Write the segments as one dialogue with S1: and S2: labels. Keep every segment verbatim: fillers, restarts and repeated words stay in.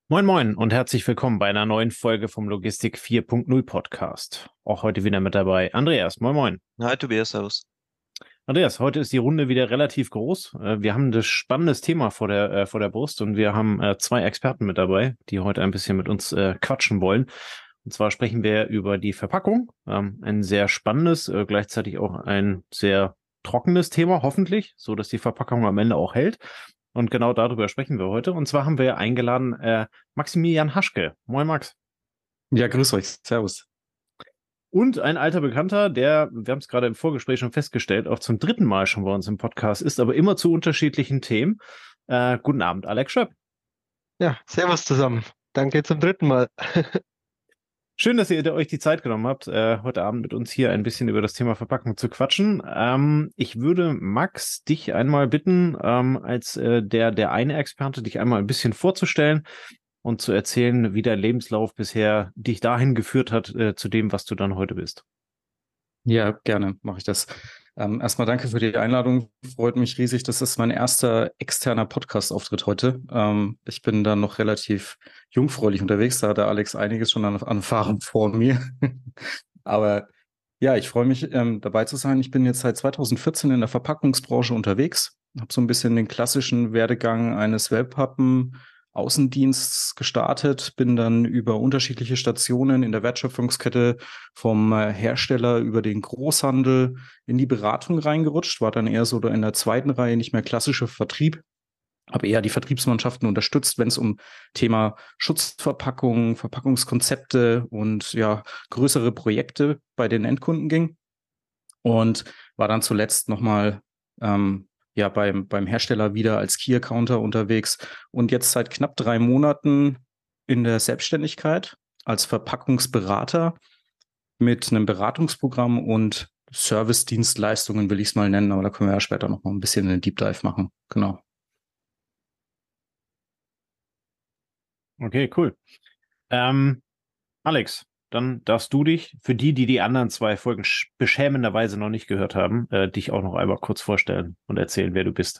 S1: Moin Moin und herzlich willkommen bei einer neuen Folge vom Logistik vier Punkt null Podcast. Auch heute wieder mit dabei Andreas. Moin Moin.
S2: Hi Tobias, servus.
S1: Andreas, heute ist die Runde wieder relativ groß. Äh, Wir haben ein spannendes Thema vor der, äh, vor der Brust und wir haben äh, zwei Experten mit dabei, die heute ein bisschen mit uns äh, quatschen wollen. Und zwar sprechen wir über die Verpackung. Ähm, ein sehr spannendes, äh, gleichzeitig auch ein sehr trockenes Thema, hoffentlich, so dass die Verpackung am Ende auch hält. Und genau darüber sprechen wir heute. Und zwar haben wir eingeladen äh, Maximilian Haschke. Moin Max.
S3: Ja, grüß euch. Servus.
S1: Und ein alter Bekannter, der, wir haben es gerade im Vorgespräch schon festgestellt, auch zum dritten Mal schon bei uns im Podcast ist, aber immer zu unterschiedlichen Themen. Äh, guten Abend, Alex Schöpp.
S4: Ja, servus zusammen. Danke zum dritten Mal.
S1: Schön, dass ihr euch die Zeit genommen habt, äh, heute Abend mit uns hier ein bisschen über das Thema Verpackung zu quatschen. Ähm, ich würde, Max, dich einmal bitten, ähm, als äh, der, der eine Experte, dich einmal ein bisschen vorzustellen und zu erzählen, wie dein Lebenslauf bisher dich dahin geführt hat, äh, zu dem, was du dann heute bist.
S3: Ja, gerne mache ich das. Ähm, erstmal danke für die Einladung. Freut mich riesig. Das ist mein erster externer Podcast-Auftritt heute. Ähm, ich bin da noch relativ jungfräulich unterwegs. Da hat der Alex einiges schon an, an Erfahrung vor mir. Aber ja, ich freue mich, ähm, dabei zu sein. Ich bin jetzt seit zweitausendvierzehn in der Verpackungsbranche unterwegs. Habe so ein bisschen den klassischen Werdegang eines Wellpappen Außendiensts gestartet, bin dann über unterschiedliche Stationen in der Wertschöpfungskette vom äh, Hersteller über den Großhandel in die Beratung reingerutscht, war dann eher so in der zweiten Reihe, nicht mehr klassischer Vertrieb, habe eher die Vertriebsmannschaften unterstützt, wenn es um Thema Schutzverpackungen, Verpackungskonzepte und ja größere Projekte bei den Endkunden ging und war dann zuletzt nochmal ähm, ja beim, beim Hersteller wieder als Key-Accounter unterwegs und jetzt seit knapp drei Monaten in der Selbstständigkeit als Verpackungsberater mit einem Beratungsprogramm und Service-Dienstleistungen, will ich es mal nennen, aber da können wir ja später noch mal ein bisschen einen Deep Dive machen. Genau.
S1: Okay, cool. Ähm, Alex, dann darfst du dich, für die, die die anderen zwei Folgen sch- beschämenderweise noch nicht gehört haben, äh, dich auch noch einmal kurz vorstellen und erzählen, wer du bist.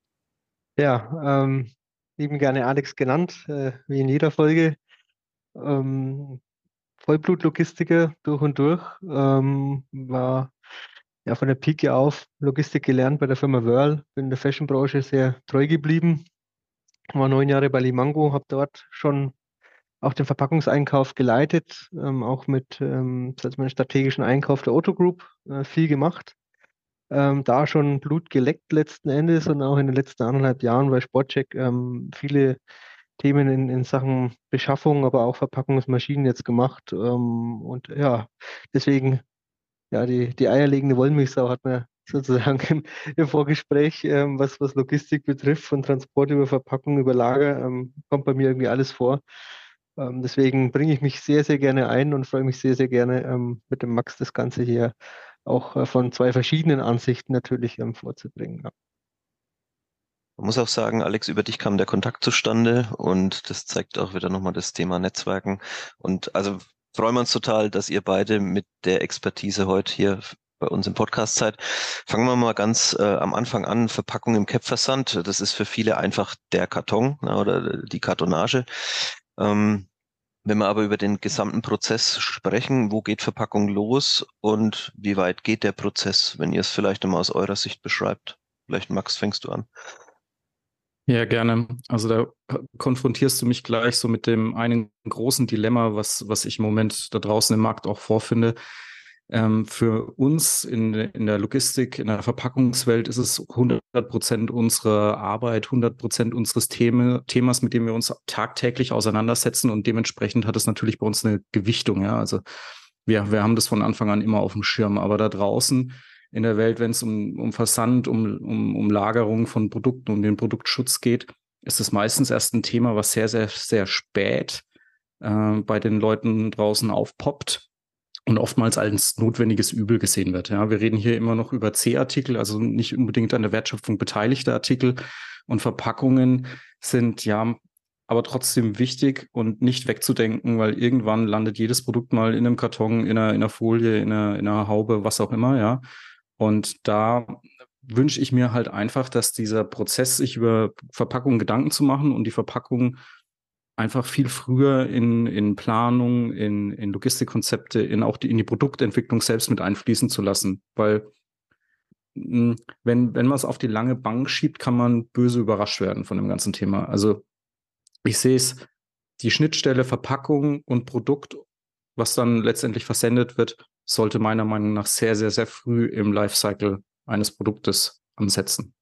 S4: Ja, ähm, eben gerne Alex genannt, äh, wie in jeder Folge. Ähm, Vollblutlogistiker durch und durch. Ähm, war ja von der Pike auf Logistik gelernt bei der Firma Wörl. Bin in der Fashionbranche sehr treu geblieben. War neun Jahre bei Limango, habe dort schon auch den Verpackungseinkauf geleitet, ähm, auch mit ähm, sag ich mal, strategischen Einkauf der Otto Group äh, viel gemacht. Ähm, da schon Blut geleckt letzten Endes und auch in den letzten anderthalb Jahren bei Sportcheck ähm, viele Themen in, in Sachen Beschaffung, aber auch Verpackungsmaschinen jetzt gemacht. Ähm, und ja, deswegen, ja, die, die eierlegende Wollmilchsau hat man sozusagen im, im Vorgespräch, ähm, was, was Logistik betrifft, von Transport über Verpackung, über Lager, ähm, kommt bei mir irgendwie alles vor. Ähm, deswegen bringe ich mich sehr, sehr gerne ein und freue mich sehr, sehr gerne, ähm, mit dem Max das Ganze hier auch äh, von zwei verschiedenen Ansichten natürlich ähm, vorzubringen. Ja.
S2: Man muss auch sagen, Alex, über dich kam der Kontakt zustande und das zeigt auch wieder nochmal das Thema Netzwerken. Und also freuen wir uns total, dass ihr beide mit der Expertise heute hier bei uns im Podcast seid. Fangen wir mal ganz äh, am Anfang an. Verpackung im Cap-Versand. Das ist für viele einfach der Karton, na, oder die Kartonage. Ähm, Wenn wir aber über den gesamten Prozess sprechen, wo geht Verpackung los und wie weit geht der Prozess, wenn ihr es vielleicht einmal aus eurer Sicht beschreibt? Vielleicht Max, fängst du an.
S3: Ja, gerne. Also da konfrontierst du mich gleich so mit dem einen großen Dilemma, was, was ich im Moment da draußen im Markt auch vorfinde. Ähm, für uns in, in der Logistik, in der Verpackungswelt ist es hundert Prozent unserer Arbeit, hundert Prozent unseres Thema, Themas, mit dem wir uns tagtäglich auseinandersetzen und dementsprechend hat es natürlich bei uns eine Gewichtung. Ja, also wir, wir haben das von Anfang an immer auf dem Schirm, aber da draußen in der Welt, wenn es um, um Versand, um, um, um Lagerung von Produkten, um den Produktschutz geht, ist es meistens erst ein Thema, was sehr, sehr, sehr spät äh, bei den Leuten draußen aufpoppt und oftmals als notwendiges Übel gesehen wird. Ja, wir reden hier immer noch über C-Artikel, also nicht unbedingt an der Wertschöpfung beteiligte Artikel und Verpackungen sind ja aber trotzdem wichtig und nicht wegzudenken, weil irgendwann landet jedes Produkt mal in einem Karton, in einer, in einer Folie, in einer, in einer Haube, was auch immer, ja. Und da wünsche ich mir halt einfach, dass dieser Prozess, sich über Verpackung Gedanken zu machen und die Verpackung einfach viel früher in, in Planung, in, in Logistikkonzepte, in auch die, in die Produktentwicklung selbst mit einfließen zu lassen. Weil mh, wenn, wenn man es auf die lange Bank schiebt, kann man böse überrascht werden von dem ganzen Thema. Also ich sehe es, die Schnittstelle Verpackung und Produkt, was dann letztendlich versendet wird, sollte meiner Meinung nach sehr, sehr, sehr früh im Lifecycle eines Produktes ansetzen.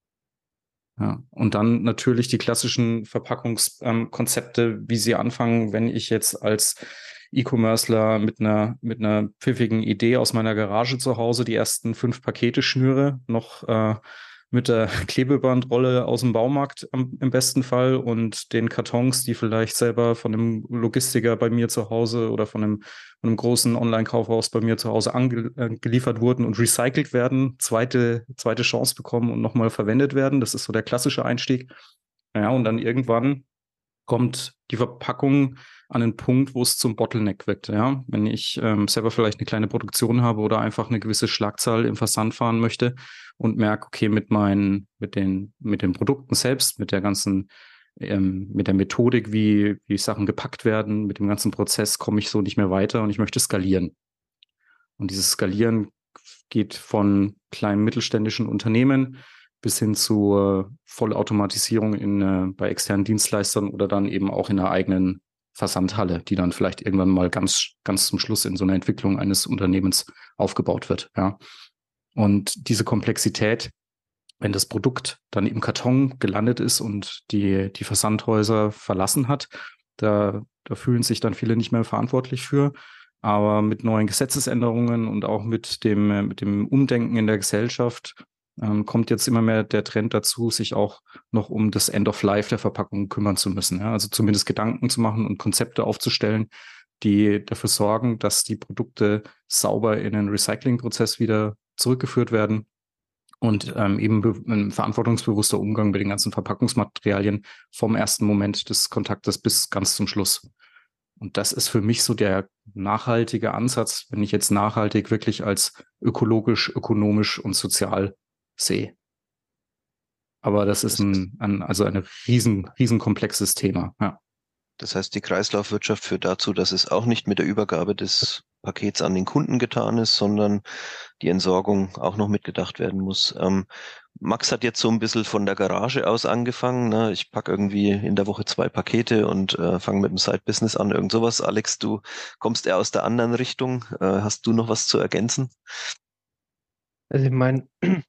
S3: Ja, und dann natürlich die klassischen Verpackungskonzepte, ähm, wie sie anfangen, wenn ich jetzt als E-Commercer mit einer, mit einer pfiffigen Idee aus meiner Garage zu Hause die ersten fünf Pakete schnüre, noch äh, mit der Klebebandrolle aus dem Baumarkt am, im besten Fall und den Kartons, die vielleicht selber von einem Logistiker bei mir zu Hause oder von einem, von einem großen Online-Kaufhaus bei mir zu Hause angeliefert ange, wurden und recycelt werden, zweite, zweite Chance bekommen und nochmal verwendet werden. Das ist so der klassische Einstieg. Ja, und dann irgendwann kommt die Verpackung an einen Punkt, wo es zum Bottleneck wird. Ja? Wenn ich ähm, selber vielleicht eine kleine Produktion habe oder einfach eine gewisse Schlagzahl im Versand fahren möchte und merke, okay, mit meinen, mit den, mit den Produkten selbst, mit der ganzen, ähm, mit der Methodik, wie, wie Sachen gepackt werden, mit dem ganzen Prozess komme ich so nicht mehr weiter und ich möchte skalieren. Und dieses Skalieren geht von kleinen mittelständischen Unternehmen bis hin zur Vollautomatisierung in, äh, bei externen Dienstleistern oder dann eben auch in einer eigenen Versandhalle, die dann vielleicht irgendwann mal ganz, ganz zum Schluss in so einer Entwicklung eines Unternehmens aufgebaut wird. Ja. Und diese Komplexität, wenn das Produkt dann im Karton gelandet ist und die, die Versandhäuser verlassen hat, da, da fühlen sich dann viele nicht mehr verantwortlich für. Aber mit neuen Gesetzesänderungen und auch mit dem, mit dem Umdenken in der Gesellschaft ähm, kommt jetzt immer mehr der Trend dazu, sich auch noch um das End of Life der Verpackung kümmern zu müssen. Ja? Also zumindest Gedanken zu machen und Konzepte aufzustellen, die dafür sorgen, dass die Produkte sauber in den Recyclingprozess wieder zurückgeführt werden und ähm, eben ein verantwortungsbewusster Umgang mit den ganzen Verpackungsmaterialien vom ersten Moment des Kontaktes bis ganz zum Schluss. Und das ist für mich so der nachhaltige Ansatz, wenn ich jetzt nachhaltig wirklich als ökologisch, ökonomisch und sozial sehe. Aber das ist ein, ein also ein riesen, riesenkomplexes Thema. Ja.
S2: Das heißt, die Kreislaufwirtschaft führt dazu, dass es auch nicht mit der Übergabe des Pakets an den Kunden getan ist, sondern die Entsorgung auch noch mitgedacht werden muss. Ähm, Max hat jetzt so ein bisschen von der Garage aus angefangen. Ne? Ich packe irgendwie in der Woche zwei Pakete und äh, fange mit dem Side-Business an, irgend sowas. Alex, du kommst eher aus der anderen Richtung. Äh, hast du noch was zu ergänzen?
S4: Also ich meine,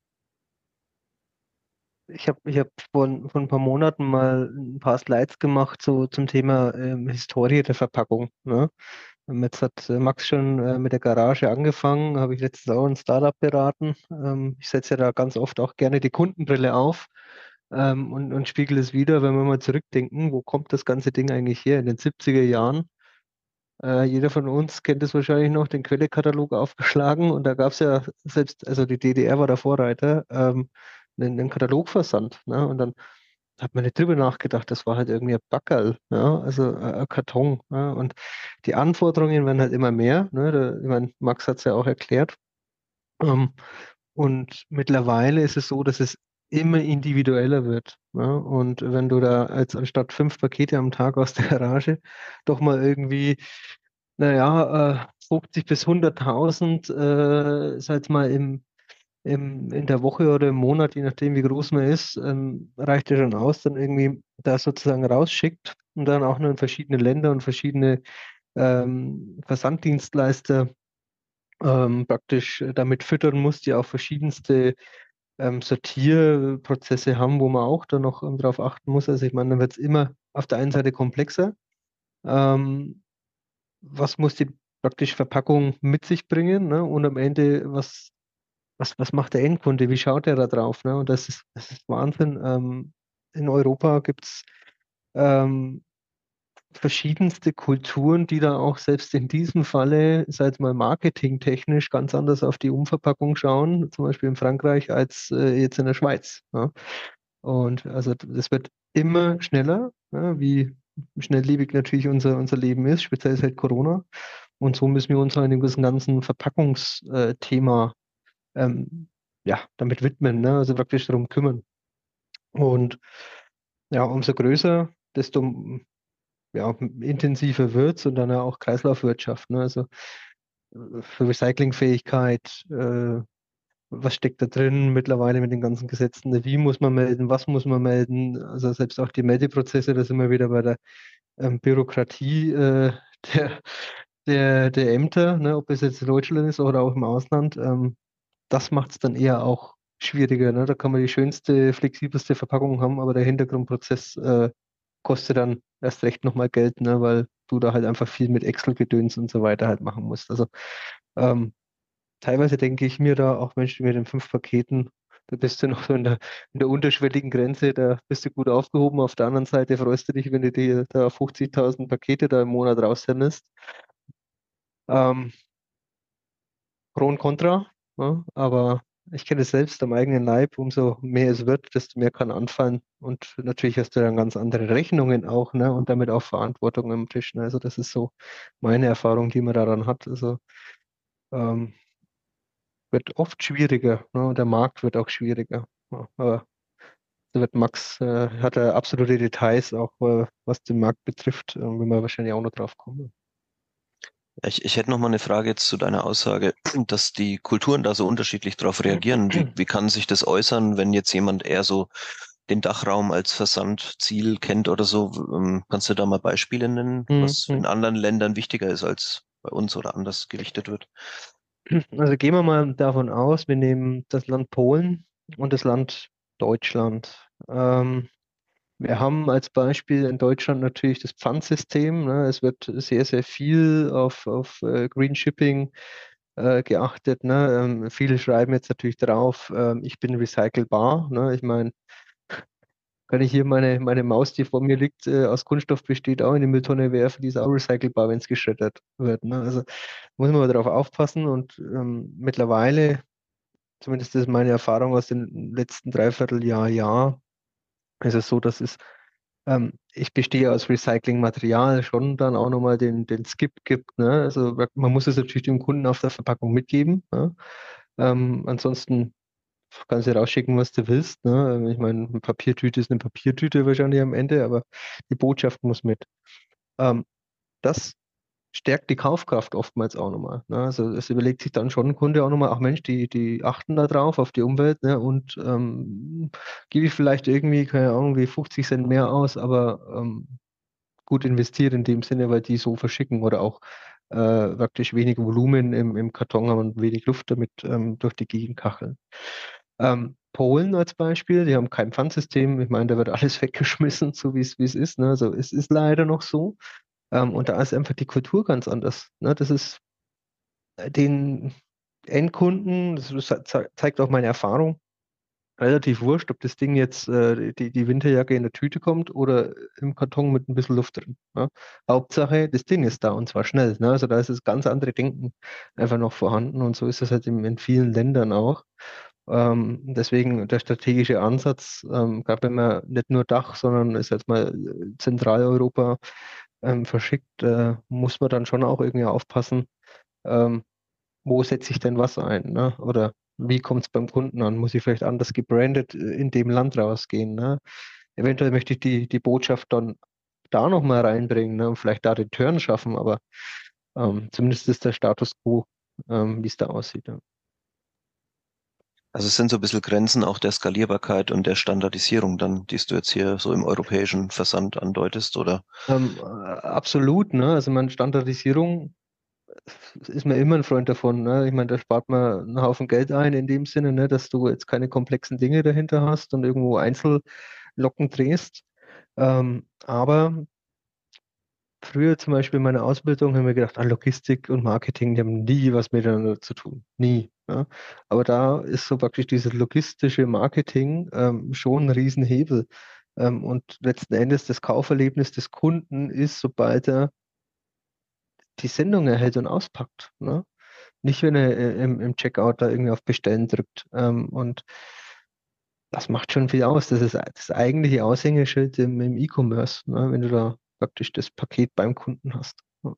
S4: ich habe ich hab vor, vor ein paar Monaten mal ein paar Slides gemacht so zum Thema ähm, Historie der Verpackung. Ne? Ähm, Jetzt hat äh, Max schon äh, mit der Garage angefangen, habe ich letztens auch ein Startup beraten. Ähm, ich setze ja da ganz oft auch gerne die Kundenbrille auf ähm, und, und spiegel es wieder, wenn wir mal zurückdenken, wo kommt das ganze Ding eigentlich her? In den siebziger Jahren. Äh, jeder von uns kennt es wahrscheinlich noch, den Quellekatalog aufgeschlagen und da gab es ja selbst, also die D D R war der Vorreiter, ähm, einen, einen Katalogversand. Ne? Und dann hat man nicht drüber nachgedacht, das war halt irgendwie ein Backerl, ja? Also äh, ein Karton. Ja? Und die Anforderungen werden halt immer mehr. Ne? Da, ich meine, Max hat es ja auch erklärt. Ähm, und mittlerweile ist es so, dass es immer individueller wird. Ja? Und wenn du da als anstatt fünf Pakete am Tag aus der Garage doch mal irgendwie naja, äh, fünfzig bis hunderttausend, äh, sag mal, im, im, in der Woche oder im Monat, je nachdem, wie groß man ist, ähm, reicht ja schon aus, dann irgendwie da sozusagen rausschickt und dann auch nur in verschiedene Länder und verschiedene ähm, Versanddienstleister ähm, praktisch damit füttern muss, die auch verschiedenste ähm, Sortierprozesse haben, wo man auch da noch ähm, drauf achten muss. Also ich meine, dann wird es immer auf der einen Seite komplexer. Ähm, was muss die praktisch Verpackung mit sich bringen, ne? Und am Ende, was, was, was macht der Endkunde? Wie schaut er da drauf? Ne? Und das ist, das ist Wahnsinn. Ähm, in Europa gibt es ähm, verschiedenste Kulturen, die da auch selbst in diesem Falle, sag ich mal, marketingtechnisch ganz anders auf die Umverpackung schauen, zum Beispiel in Frankreich als äh, jetzt in der Schweiz. Ja? Und also das wird immer schneller, ja, wie schnelllebig natürlich unser, unser Leben ist, speziell seit Corona. Und so müssen wir uns halt dem ganzen Verpackungsthema ähm, ja, damit widmen, ne? Also praktisch darum kümmern. Und ja, umso größer, desto ja, intensiver wird und dann auch Kreislaufwirtschaft. Ne? Also äh, für Recyclingfähigkeit, äh, was steckt da drin mittlerweile mit den ganzen Gesetzen? Ne? Wie muss man melden? Was muss man melden? Also selbst auch die Meldeprozesse, da sind wir wieder bei der ähm, Bürokratie äh, der, der, der Ämter, ne? Ob es jetzt in Deutschland ist oder auch im Ausland. Ähm, das macht es dann eher auch schwieriger. Ne? Da kann man die schönste, flexibelste Verpackung haben, aber der Hintergrundprozess äh, kostet dann erst recht nochmal Geld, ne? Weil du da halt einfach viel mit Excel-Gedöns und so weiter halt machen musst. Also ähm, teilweise denke ich mir da, auch Mensch, mit den fünf Paketen, da bist du noch so in der, in der unterschwelligen Grenze, da bist du gut aufgehoben. Auf der anderen Seite freust du dich, wenn du dir da fünfzigtausend Pakete da im Monat raussendelst. Ähm, Pro und Contra, ja, aber ich kenne es selbst am eigenen Leib, umso mehr es wird, desto mehr kann anfallen. Und natürlich hast du dann ganz andere Rechnungen auch, ne? Und damit auch Verantwortung am Tisch. Ne? Also das ist so meine Erfahrung, die man daran hat. Also ähm, wird oft schwieriger, ne? Und der Markt wird auch schwieriger. Ja, aber da wird Max, äh, hat er absolute Details, auch äh, was den Markt betrifft, äh, wenn wir wahrscheinlich auch noch drauf kommen.
S2: Ich, ich hätte noch mal eine Frage jetzt zu deiner Aussage, dass die Kulturen da so unterschiedlich darauf reagieren. Wie, wie kann sich das äußern, wenn jetzt jemand eher so den Dachraum als Versandziel kennt oder so? Ähm, Kannst du da mal Beispiele nennen, was
S4: Mhm.
S2: in anderen Ländern wichtiger ist als bei uns oder anders gewichtet wird?
S4: Also gehen wir mal davon aus, wir nehmen das Land Polen und das Land Deutschland. Ähm, wir haben als Beispiel in Deutschland natürlich das Pfandsystem. Ne? Es wird sehr, sehr viel auf, auf äh, Green Shipping äh, geachtet. Ne? Ähm, viele schreiben jetzt natürlich drauf, ähm, ich bin recycelbar. Ne? Ich meine, kann ich hier meine, meine Maus, die vor mir liegt, äh, aus Kunststoff besteht, auch in die Mülltonne werfen, die ist auch recycelbar, wenn es geschreddert wird. Ne? Also muss man aber darauf aufpassen und ähm, mittlerweile, zumindest das ist meine Erfahrung aus dem letzten Dreivierteljahr, Jahr, ist es so, dass es, ähm, ich bestehe aus Recyclingmaterial, schon dann auch nochmal den, den Skip gibt. Ne? Also man muss es natürlich dem Kunden auf der Verpackung mitgeben. Ne? Ähm, ansonsten kannst du rausschicken, was du willst. Ne? Ich meine, eine Papiertüte ist eine Papiertüte wahrscheinlich am Ende, aber die Botschaft muss mit. Ähm, das stärkt die Kaufkraft oftmals auch nochmal. Ne? Also es überlegt sich dann schon ein Kunde auch nochmal, ach Mensch, die, die achten da drauf, auf die Umwelt, ne? Und ähm, gebe ich vielleicht irgendwie, keine Ahnung, wie fünfzig Cent mehr aus, aber ähm, gut investiert in dem Sinne, weil die so verschicken oder auch äh, praktisch wenig Volumen im, im Karton haben und wenig Luft damit ähm, durch die Gegend kacheln. Ähm, Polen als Beispiel, die haben kein Pfandsystem. Ich meine, da wird alles weggeschmissen, so wie es wie es ist. Ne? Also es ist leider noch so. Ähm, und da ist einfach die Kultur ganz anders. Ne? Das ist äh, den Endkunden, das ze- zeigt auch meine Erfahrung, relativ wurscht, ob das Ding jetzt äh, die, die Winterjacke in der Tüte kommt oder im Karton mit ein bisschen Luft drin. Ne? Hauptsache, das Ding ist da und zwar schnell. Ne? Also da ist das ganz andere Denken einfach noch vorhanden und so ist es halt in, in vielen Ländern auch. Ähm, deswegen der strategische Ansatz, ähm, gerade wenn man nicht nur Dach, sondern ist jetzt mal äh, Zentraleuropa ähm, verschickt, äh, muss man dann schon auch irgendwie aufpassen, ähm, wo setze ich denn was ein, ne? Oder wie kommt es beim Kunden an? Muss ich vielleicht anders gebrandet äh, in dem Land rausgehen, ne? Eventuell möchte ich die, die Botschaft dann da nochmal reinbringen, ne? Und vielleicht da den Turn schaffen, aber ähm, zumindest ist der Status quo, ähm, wie es da aussieht. Ja.
S2: Also es sind so ein bisschen Grenzen auch der Skalierbarkeit und der Standardisierung dann, die du jetzt hier so im europäischen Versand andeutest, oder?
S4: Ähm, äh, absolut, ne? Also meine Standardisierung ist man immer ein Freund davon. Ne? Ich meine, da spart man einen Haufen Geld ein in dem Sinne, ne, dass du jetzt keine komplexen Dinge dahinter hast und irgendwo Einzellocken drehst. Ähm, aber früher zum Beispiel in meiner Ausbildung haben wir gedacht, ah, Logistik und Marketing, die haben nie was miteinander zu tun. Nie. Ja? Aber da ist so praktisch dieses logistische Marketing ähm, schon ein Riesenhebel. Ähm, und letzten Endes das Kauferlebnis des Kunden ist, sobald er die Sendung erhält und auspackt. Ne? Nicht, wenn er äh, im, im Checkout da irgendwie auf Bestellen drückt. Ähm, und das macht schon viel aus. Das ist das eigentliche Aushängeschild im, im E-Commerce, ne? Wenn du da praktisch das Paket beim Kunden hast. Ja.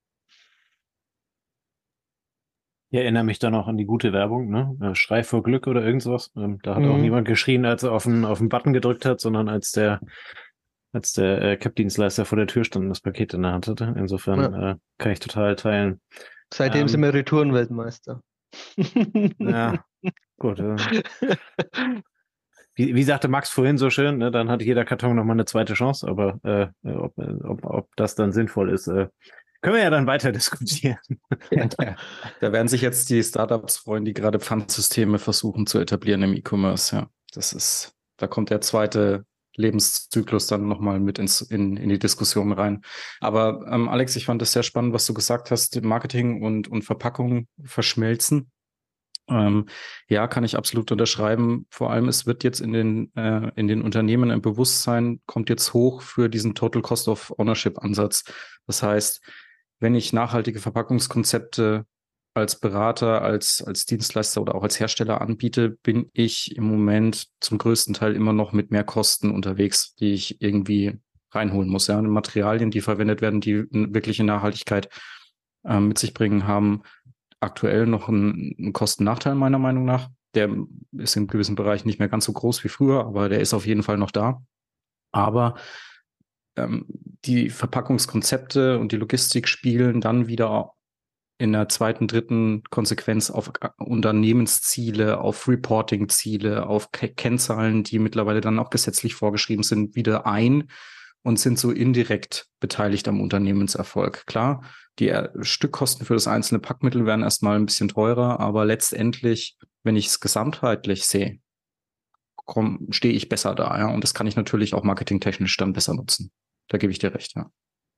S1: Ich erinnere mich da noch an die gute Werbung, ne? Äh, Schrei vor Glück oder irgend sowas. Ähm, da hat auch
S4: Mhm.
S1: niemand geschrien, als er auf den, auf den Button gedrückt hat, sondern als der als der äh, Cap-Dienstleister vor der Tür stand und das Paket in der Hand hatte. Insofern
S4: Ja.
S1: äh, kann ich total teilen.
S4: Seitdem sind
S1: Ähm,
S4: wir Retourenweltmeister.
S1: ja, gut. Äh, wie, wie sagte Max vorhin so schön, ne, dann hat jeder Karton nochmal eine zweite Chance, aber äh, ob, ob, ob das dann sinnvoll ist, äh, können wir ja dann weiter diskutieren.
S3: Ja, da, da werden sich jetzt die Startups freuen, die gerade Pfandsysteme versuchen zu etablieren im E-Commerce. Ja, das ist, da kommt der zweite Lebenszyklus dann nochmal mit ins, in, in die Diskussion rein. Aber ähm, Alex, ich fand das sehr spannend, was du gesagt hast, Marketing und, und Verpackung verschmelzen. Ähm, ja, kann ich absolut unterschreiben. Vor allem, es wird jetzt in den, äh, in den Unternehmen ein Bewusstsein, kommt jetzt hoch für diesen Total Cost of Ownership Ansatz. Das heißt, wenn ich nachhaltige Verpackungskonzepte als Berater, als, als Dienstleister oder auch als Hersteller anbiete, bin ich im Moment zum größten Teil immer noch mit mehr Kosten unterwegs, die ich irgendwie reinholen muss. Ja, und Materialien, die verwendet werden, die wirkliche Nachhaltigkeit äh, mit sich bringen, haben aktuell noch einen, einen Kostennachteil meiner Meinung nach. Der ist im gewissen Bereich nicht mehr ganz so groß wie früher, aber der ist auf jeden Fall noch da. Aber ähm, die Verpackungskonzepte und die Logistik spielen dann wieder in der zweiten, dritten Konsequenz auf Unternehmensziele, auf Reporting-Ziele, auf K- Kennzahlen, die mittlerweile dann auch gesetzlich vorgeschrieben sind, wieder ein und sind so indirekt beteiligt am Unternehmenserfolg. Klar, die äh, Stückkosten für das einzelne Packmittel werden erstmal ein bisschen teurer, aber letztendlich, wenn ich es gesamtheitlich sehe, komm, stehe ich besser da, ja. Und das kann ich natürlich auch marketingtechnisch dann besser nutzen. Da gebe ich dir recht, ja.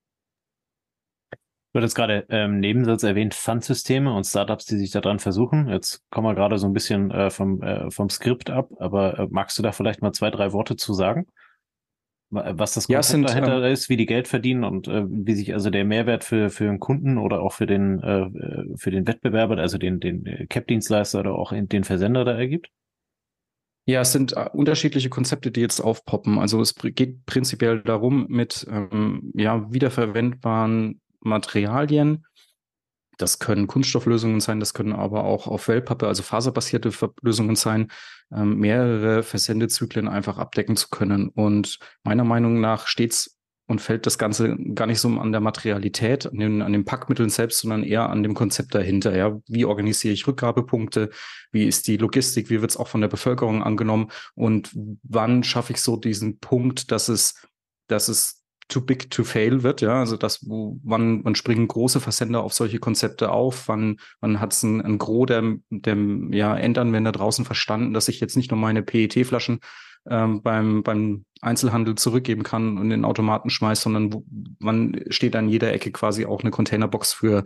S1: Du hattest gerade ähm, Nebensatz erwähnt, Pfandsysteme und Startups, die sich daran versuchen. Jetzt kommen wir gerade so ein bisschen äh, vom, äh, vom Skript ab, aber äh, magst du da vielleicht mal zwei, drei Worte zu sagen? Wa- Was das
S3: Ja, es
S1: Konzept
S3: sind ähm,
S1: dahinter ist, wie die Geld verdienen und äh, wie sich also der Mehrwert für, für den Kunden oder auch für den, äh, äh, für den Wettbewerber, also den, den äh, Cap-Dienstleister oder auch in, den Versender da ergibt?
S3: Ja, es sind äh, unterschiedliche Konzepte, die jetzt aufpoppen. Also es pr- geht prinzipiell darum, mit ähm, ja, wiederverwendbaren Materialien. Das können Kunststofflösungen sein, das können aber auch auf Wellpappe, also faserbasierte Ver- Lösungen sein, ähm, mehrere Versendezyklen einfach abdecken zu können. Und meiner Meinung nach steht's und fällt das Ganze gar nicht so an der Materialität, an den, an den Packmitteln selbst, sondern eher an dem Konzept dahinter. Ja, wie organisiere ich Rückgabepunkte? Wie ist die Logistik? Wie wird es auch von der Bevölkerung angenommen? Und wann schaffe ich so diesen Punkt, dass es, dass es too big to fail wird, ja, also das, wo, wann, wann springen große Versender auf solche Konzepte auf, wann, wann hat es ein, ein Gros der, der ja, Endanwender draußen verstanden, dass ich jetzt nicht nur meine P E T-Flaschen ähm, beim, beim Einzelhandel zurückgeben kann und in den Automaten schmeiß, sondern wo, wann steht an jeder Ecke quasi auch eine Containerbox für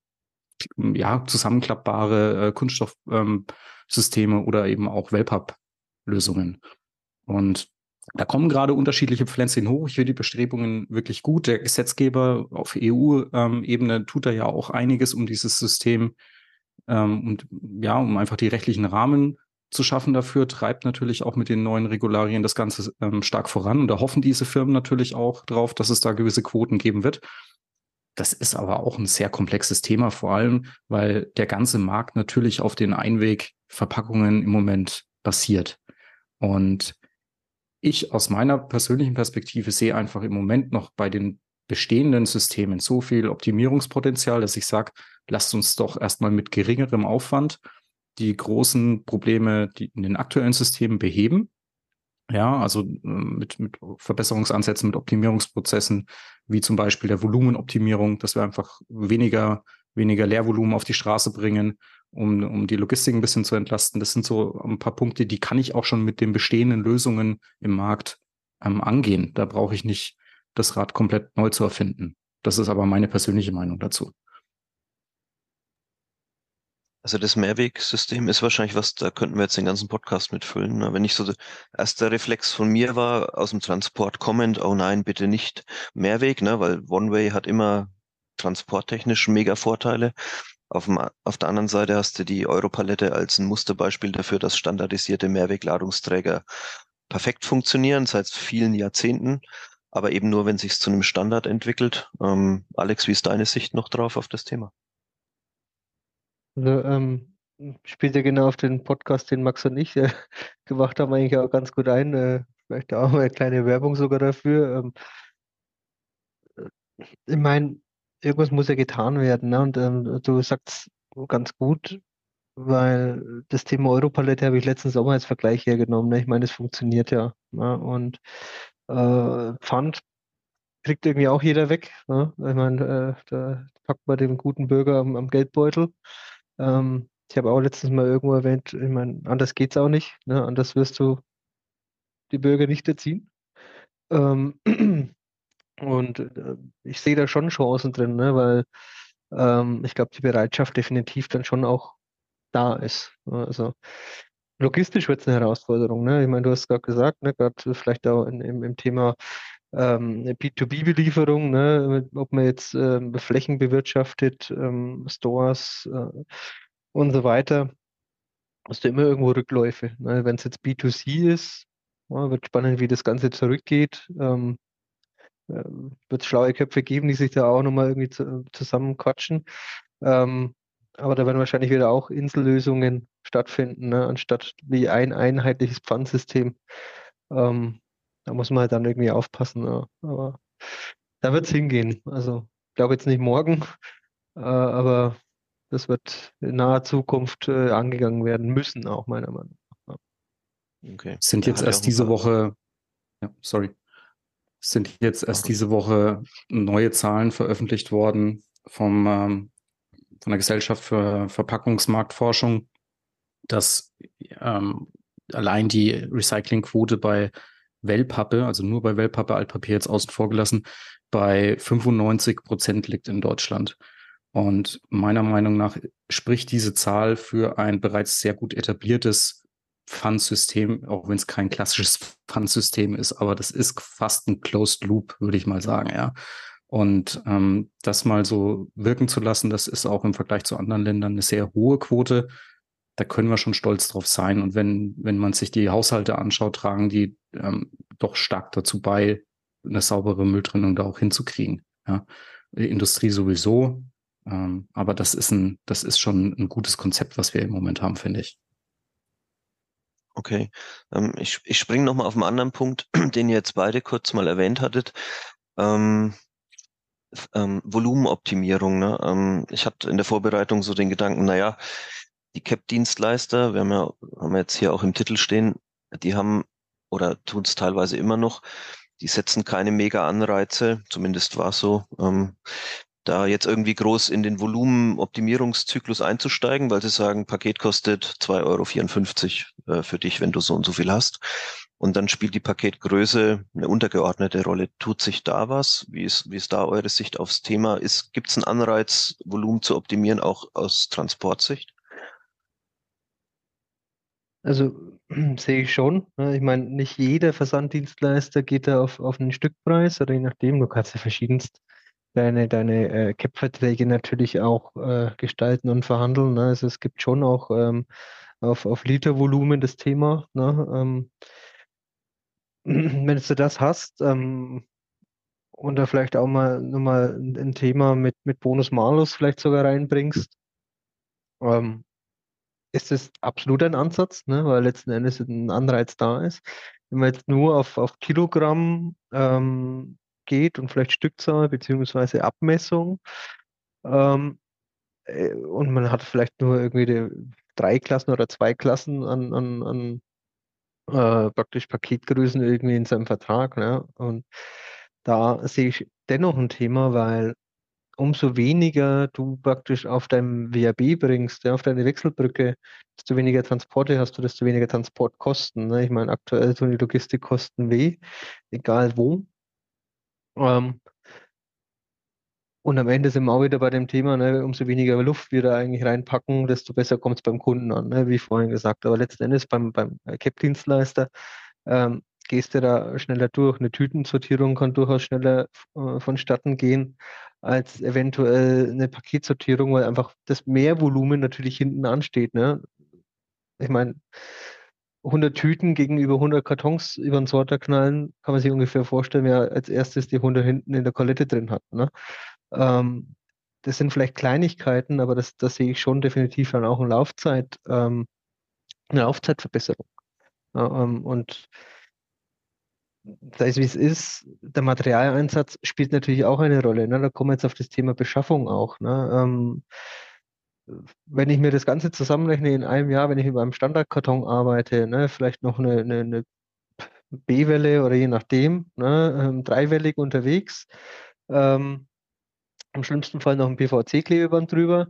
S3: ja, zusammenklappbare äh, Kunststoffsysteme ähm, oder eben auch Wellpapp-Lösungen. Und da kommen gerade unterschiedliche Pflänzchen hoch. Ich finde die Bestrebungen wirklich gut. Der Gesetzgeber auf E U-Ebene tut da ja auch einiges, um dieses System ähm, und ja, um einfach die rechtlichen Rahmen zu schaffen dafür, treibt natürlich auch mit den neuen Regularien das Ganze ähm, stark voran. Und da hoffen diese Firmen natürlich auch drauf, dass es da gewisse Quoten geben wird. Das ist aber auch ein sehr komplexes Thema, vor allem, weil der ganze Markt natürlich auf den Einwegverpackungen im Moment basiert. Und ich aus meiner persönlichen Perspektive sehe einfach im Moment noch bei den bestehenden Systemen so viel Optimierungspotenzial, dass ich sage, lasst uns doch erstmal mit geringerem Aufwand die großen Probleme, die in den aktuellen Systemen beheben. Ja, also mit, mit Verbesserungsansätzen, mit Optimierungsprozessen, wie zum Beispiel der Volumenoptimierung, dass wir einfach weniger, weniger Leervolumen auf die Straße bringen, um, um die Logistik ein bisschen zu entlasten. Das sind so ein paar Punkte, die kann ich auch schon mit den bestehenden Lösungen im Markt ähm, angehen. Da brauche ich nicht das Rad komplett neu zu erfinden. Das ist aber meine persönliche Meinung dazu.
S2: Also das Mehrwegsystem ist wahrscheinlich was, da könnten wir jetzt den ganzen Podcast mitfüllen. Ne? Wenn ich so, erster Reflex von mir war, aus dem Transport kommend, oh nein, bitte nicht Mehrweg, ne? Weil One-Way hat immer transporttechnisch mega Vorteile. Auf, dem, auf der anderen Seite hast du die Europalette als ein Musterbeispiel dafür, dass standardisierte Mehrwegladungsträger perfekt funktionieren, seit vielen Jahrzehnten, aber eben nur, wenn sich zu einem Standard entwickelt. Ähm, Alex, wie ist deine Sicht noch drauf auf das Thema?
S4: Also, ähm, spielt ja genau auf den Podcast, den Max und ich äh, gemacht haben, eigentlich auch ganz gut ein. Äh, vielleicht auch mal eine kleine Werbung sogar dafür. Ähm, ich meine, irgendwas muss ja getan werden, ne? Und ähm, du sagst ganz gut, weil das Thema Europalette habe ich letzten Sommer als Vergleich hergenommen. Ne? Ich meine, es funktioniert ja. Ne? Und äh, Pfand kriegt irgendwie auch jeder weg. Ne? Ich meine, äh, da packt man den guten Bürger am, am Geldbeutel. Ähm, ich habe auch letztens mal irgendwo erwähnt, ich meine, anders geht's auch nicht. Ne? Anders wirst du die Bürger nicht erziehen. Ähm, und äh, ich sehe da schon Chancen drin, ne? Weil ähm, ich glaube, die Bereitschaft definitiv dann schon auch da ist. Ne? Also logistisch wird es eine Herausforderung. Ne? Ich meine, du hast gerade gesagt, ne? Gerade vielleicht auch in, im, im Thema ähm, B zwei B-Belieferung, ne? Ob man jetzt ähm, Flächen bewirtschaftet, ähm, Stores äh, und so weiter, hast du immer irgendwo Rückläufe. Ne? Wenn es jetzt B zwei C ist, ja, wird spannend, wie das Ganze zurückgeht. Ähm, ähm, wird schlaue Köpfe geben, die sich da auch nochmal irgendwie zu, zusammenquatschen. Ähm, aber da werden wahrscheinlich wieder auch Insellösungen stattfinden, ne? Anstatt wie ein einheitliches Pfandsystem. Ähm, da muss man halt dann irgendwie aufpassen. Ja. Aber da wird es hingehen. Also ich glaube jetzt nicht morgen, äh, aber das wird in naher Zukunft äh, angegangen werden müssen, auch meiner Meinung nach.
S2: Okay.
S3: Sind
S2: Er
S3: jetzt
S2: hat ja auch
S3: erst
S2: ein
S3: diese
S2: paar.
S3: Woche, ja, sorry, sind jetzt
S2: Mach
S3: erst
S2: ruhig.
S3: diese Woche neue Zahlen veröffentlicht worden vom, ähm, von der Gesellschaft für Verpackungsmarktforschung, dass ähm, allein die Recyclingquote bei Wellpappe, also nur bei Wellpappe, Altpapier jetzt außen vor gelassen, bei fünfundneunzig Prozent liegt in Deutschland. Und meiner Meinung nach spricht diese Zahl für ein bereits sehr gut etabliertes Pfandsystem, auch wenn es kein klassisches Pfandsystem ist, aber das ist fast ein Closed Loop, würde ich mal sagen, ja. Und ähm, das mal so wirken zu lassen, das ist auch im Vergleich zu anderen Ländern eine sehr hohe Quote. Da können wir schon stolz drauf sein. Und wenn, wenn man sich die Haushalte anschaut, tragen die ähm, doch stark dazu bei, eine saubere Mülltrennung da auch hinzukriegen. Ja. Die Industrie sowieso. Ähm, aber das ist ein, das ist schon ein gutes Konzept, was wir im Moment haben, finde ich.
S2: Okay. Ähm, ich ich springe nochmal auf einen anderen Punkt, den ihr jetzt beide kurz mal erwähnt hattet. Ähm, f- ähm, Volumenoptimierung. Ne? Ähm, ich hatte in der Vorbereitung so den Gedanken, naja, die C A P-Dienstleister, wir haben ja, haben wir jetzt hier auch im Titel stehen, die haben oder tun es teilweise immer noch, die setzen keine Mega-Anreize, zumindest war es so, ähm, da jetzt irgendwie groß in den Volumenoptimierungszyklus einzusteigen, weil sie sagen, Paket kostet zwei Euro vierundfünfzig äh, für dich, wenn du so und so viel hast. Und dann spielt die Paketgröße eine untergeordnete Rolle. Tut sich da was? Wie ist, wie ist da eure Sicht aufs Thema? Ist, gibt es einen Anreiz, Volumen zu optimieren, auch aus Transportsicht?
S4: Also sehe ich schon. Ne? Ich meine, nicht jeder Versanddienstleister geht da auf, auf einen Stückpreis oder je nachdem, du kannst ja verschiedenst deine, deine äh, C A P-Verträge natürlich auch äh, gestalten und verhandeln. Ne? Also es gibt schon auch ähm, auf, auf Litervolumen das Thema. Ne? Ähm, wenn du das hast, ähm, und da vielleicht auch mal nochmal ein, ein Thema mit, mit Bonus-Malus vielleicht sogar reinbringst, ähm, ist es absolut ein Ansatz, ne, weil letzten Endes ein Anreiz da ist. Wenn man jetzt nur auf, auf Kilogramm ähm, geht und vielleicht Stückzahl beziehungsweise Abmessung ähm, äh, und man hat vielleicht nur irgendwie die drei Klassen oder zwei Klassen an, an, an äh, praktisch Paketgrößen irgendwie in seinem Vertrag, ne? Und da sehe ich dennoch ein Thema, weil umso weniger du praktisch auf deinem W A B bringst, ja, auf deine Wechselbrücke, desto weniger Transporte hast du, desto weniger Transportkosten. Ne? Ich meine, aktuell tun die Logistikkosten weh, egal wo. Ähm, und am Ende sind wir auch wieder bei dem Thema, ne, umso weniger Luft wir da eigentlich reinpacken, desto besser kommt es beim Kunden an, ne, wie vorhin gesagt. Aber letzten Endes beim, beim C A P-Dienstleister ähm, gehst du da schneller durch. Eine Tütensortierung kann durchaus schneller äh, vonstatten gehen als eventuell eine Paketsortierung, weil einfach das Mehrvolumen natürlich hinten ansteht. Ne? Ich meine, hundert Tüten gegenüber hundert Kartons über den Sorter knallen, kann man sich ungefähr vorstellen, wer als erstes die hundert hinten in der Kolette drin hat. Ne? Ähm, das sind vielleicht Kleinigkeiten, aber das, das sehe ich schon definitiv dann auch eine Laufzeit, ähm, eine Laufzeitverbesserung. Ja, ähm, und sei es wie es ist, der Materialeinsatz spielt natürlich auch eine Rolle. Ne? Da kommen wir jetzt auf das Thema Beschaffung auch. Ne? Ähm, wenn ich mir das Ganze zusammenrechne in einem Jahr, wenn ich mit einem Standardkarton arbeite, ne, vielleicht noch eine, eine, eine B-Welle oder je nachdem, ne, ähm, dreiwellig unterwegs, ähm, im schlimmsten Fall noch ein P V C-Klebeband drüber,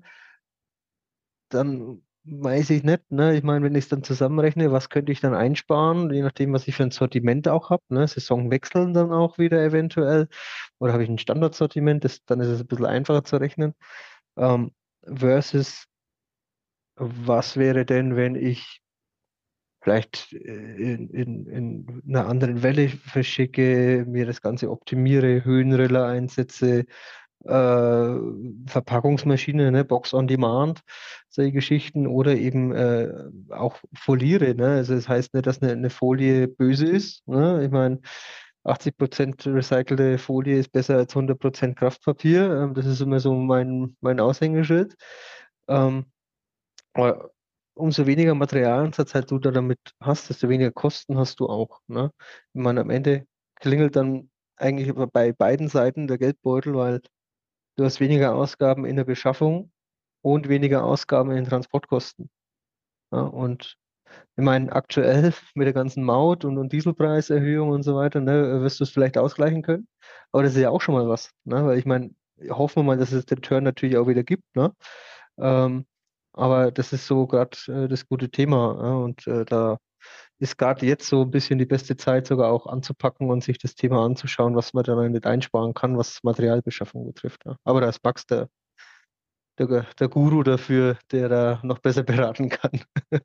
S4: dann weiß ich nicht, ne? Ich meine, wenn ich es dann zusammenrechne, was könnte ich dann einsparen, je nachdem, was ich für ein Sortiment auch habe, ne? Saison wechseln dann auch wieder eventuell. Oder habe ich ein Standardsortiment, das, dann ist es ein bisschen einfacher zu rechnen. Ähm, versus, was wäre denn, wenn ich vielleicht äh, in, in, in einer anderen Welle verschicke, mir das Ganze optimiere, Höhenrille einsetze, äh, Verpackungsmaschine, ne, Box on Demand, solche Geschichten oder eben äh, auch foliere. Ne? Also das heißt nicht, dass eine, eine Folie böse ist. Ne? Ich meine, achtzig Prozent recycelte Folie ist besser als hundert Prozent Kraftpapier. Ähm, das ist immer so mein, mein Aushängeschild. Ähm, aber umso weniger Materialansatz halt du da damit hast, desto weniger Kosten hast du auch. Ne? Ich meine, am Ende klingelt dann eigentlich aber bei beiden Seiten der Geldbeutel, weil du hast weniger Ausgaben in der Beschaffung und weniger Ausgaben in den Transportkosten. Ja, und ich meine, aktuell mit der ganzen Maut und, und Dieselpreiserhöhung und so weiter, ne, wirst du es vielleicht ausgleichen können. Aber das ist ja auch schon mal was. Ne? Weil ich meine, hoffen wir mal, dass es den Turn natürlich auch wieder gibt. Ne? Ähm, aber das ist so gerade äh, das gute Thema. Ja? Und äh, da ist gerade jetzt so ein bisschen die beste Zeit, sogar auch anzupacken und sich das Thema anzuschauen, was man da nicht einsparen kann, was Materialbeschaffung betrifft. Ja. Aber da ist Max der, der, der Guru dafür, der da noch besser beraten kann.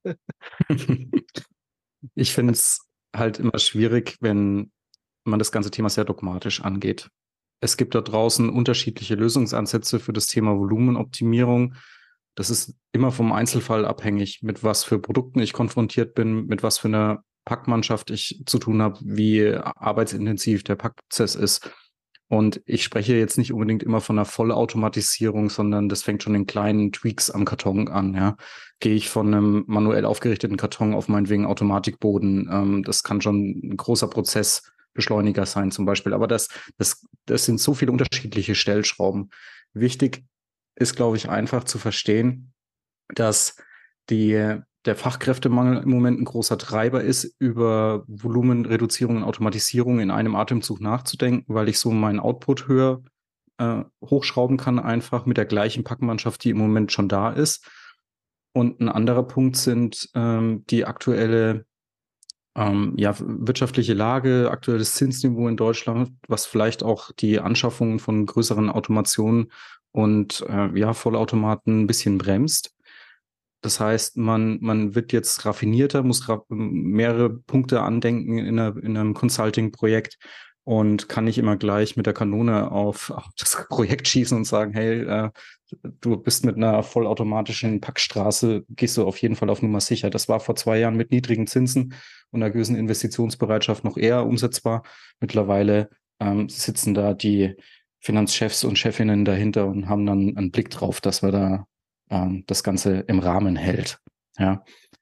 S3: Ich finde es halt immer schwierig, wenn man das ganze Thema sehr dogmatisch angeht. Es gibt da draußen unterschiedliche Lösungsansätze für das Thema Volumenoptimierung. Das ist immer vom Einzelfall abhängig, mit was für Produkten ich konfrontiert bin, mit was für einer Packmannschaft ich zu tun habe, wie arbeitsintensiv der Packprozess ist. Und ich spreche jetzt nicht unbedingt immer von einer Vollautomatisierung, sondern das fängt schon in kleinen Tweaks am Karton an. Ja. Gehe ich von einem manuell aufgerichteten Karton auf meinetwegen Automatikboden, ähm, das kann schon ein großer Prozessbeschleuniger sein zum Beispiel. Aber das, das, das sind so viele unterschiedliche Stellschrauben. Wichtig ist, glaube ich, einfach zu verstehen, dass die, der Fachkräftemangel im Moment ein großer Treiber ist, über Volumenreduzierung und Automatisierung in einem Atemzug nachzudenken, weil ich so meinen Output höher äh, hochschrauben kann, einfach mit der gleichen Packmannschaft, die im Moment schon da ist. Und ein anderer Punkt sind ähm, die aktuelle ähm, ja, wirtschaftliche Lage, aktuelles Zinsniveau in Deutschland, was vielleicht auch die Anschaffung von größeren Automationen und äh, ja, Vollautomaten ein bisschen bremst. Das heißt, man, man wird jetzt raffinierter, muss ra mehrere Punkte andenken in, einer, in einem Consulting-Projekt und kann nicht immer gleich mit der Kanone auf, auf das Projekt schießen und sagen, hey, äh, du bist mit einer vollautomatischen Packstraße, gehst du auf jeden Fall auf Nummer sicher. Das war vor zwei Jahren mit niedrigen Zinsen und einer gewissen Investitionsbereitschaft noch eher umsetzbar. Mittlerweile ähm, sitzen da die Finanzchefs und Chefinnen dahinter und haben dann einen Blick drauf, dass wir da ähm, das Ganze im Rahmen hält. Ja.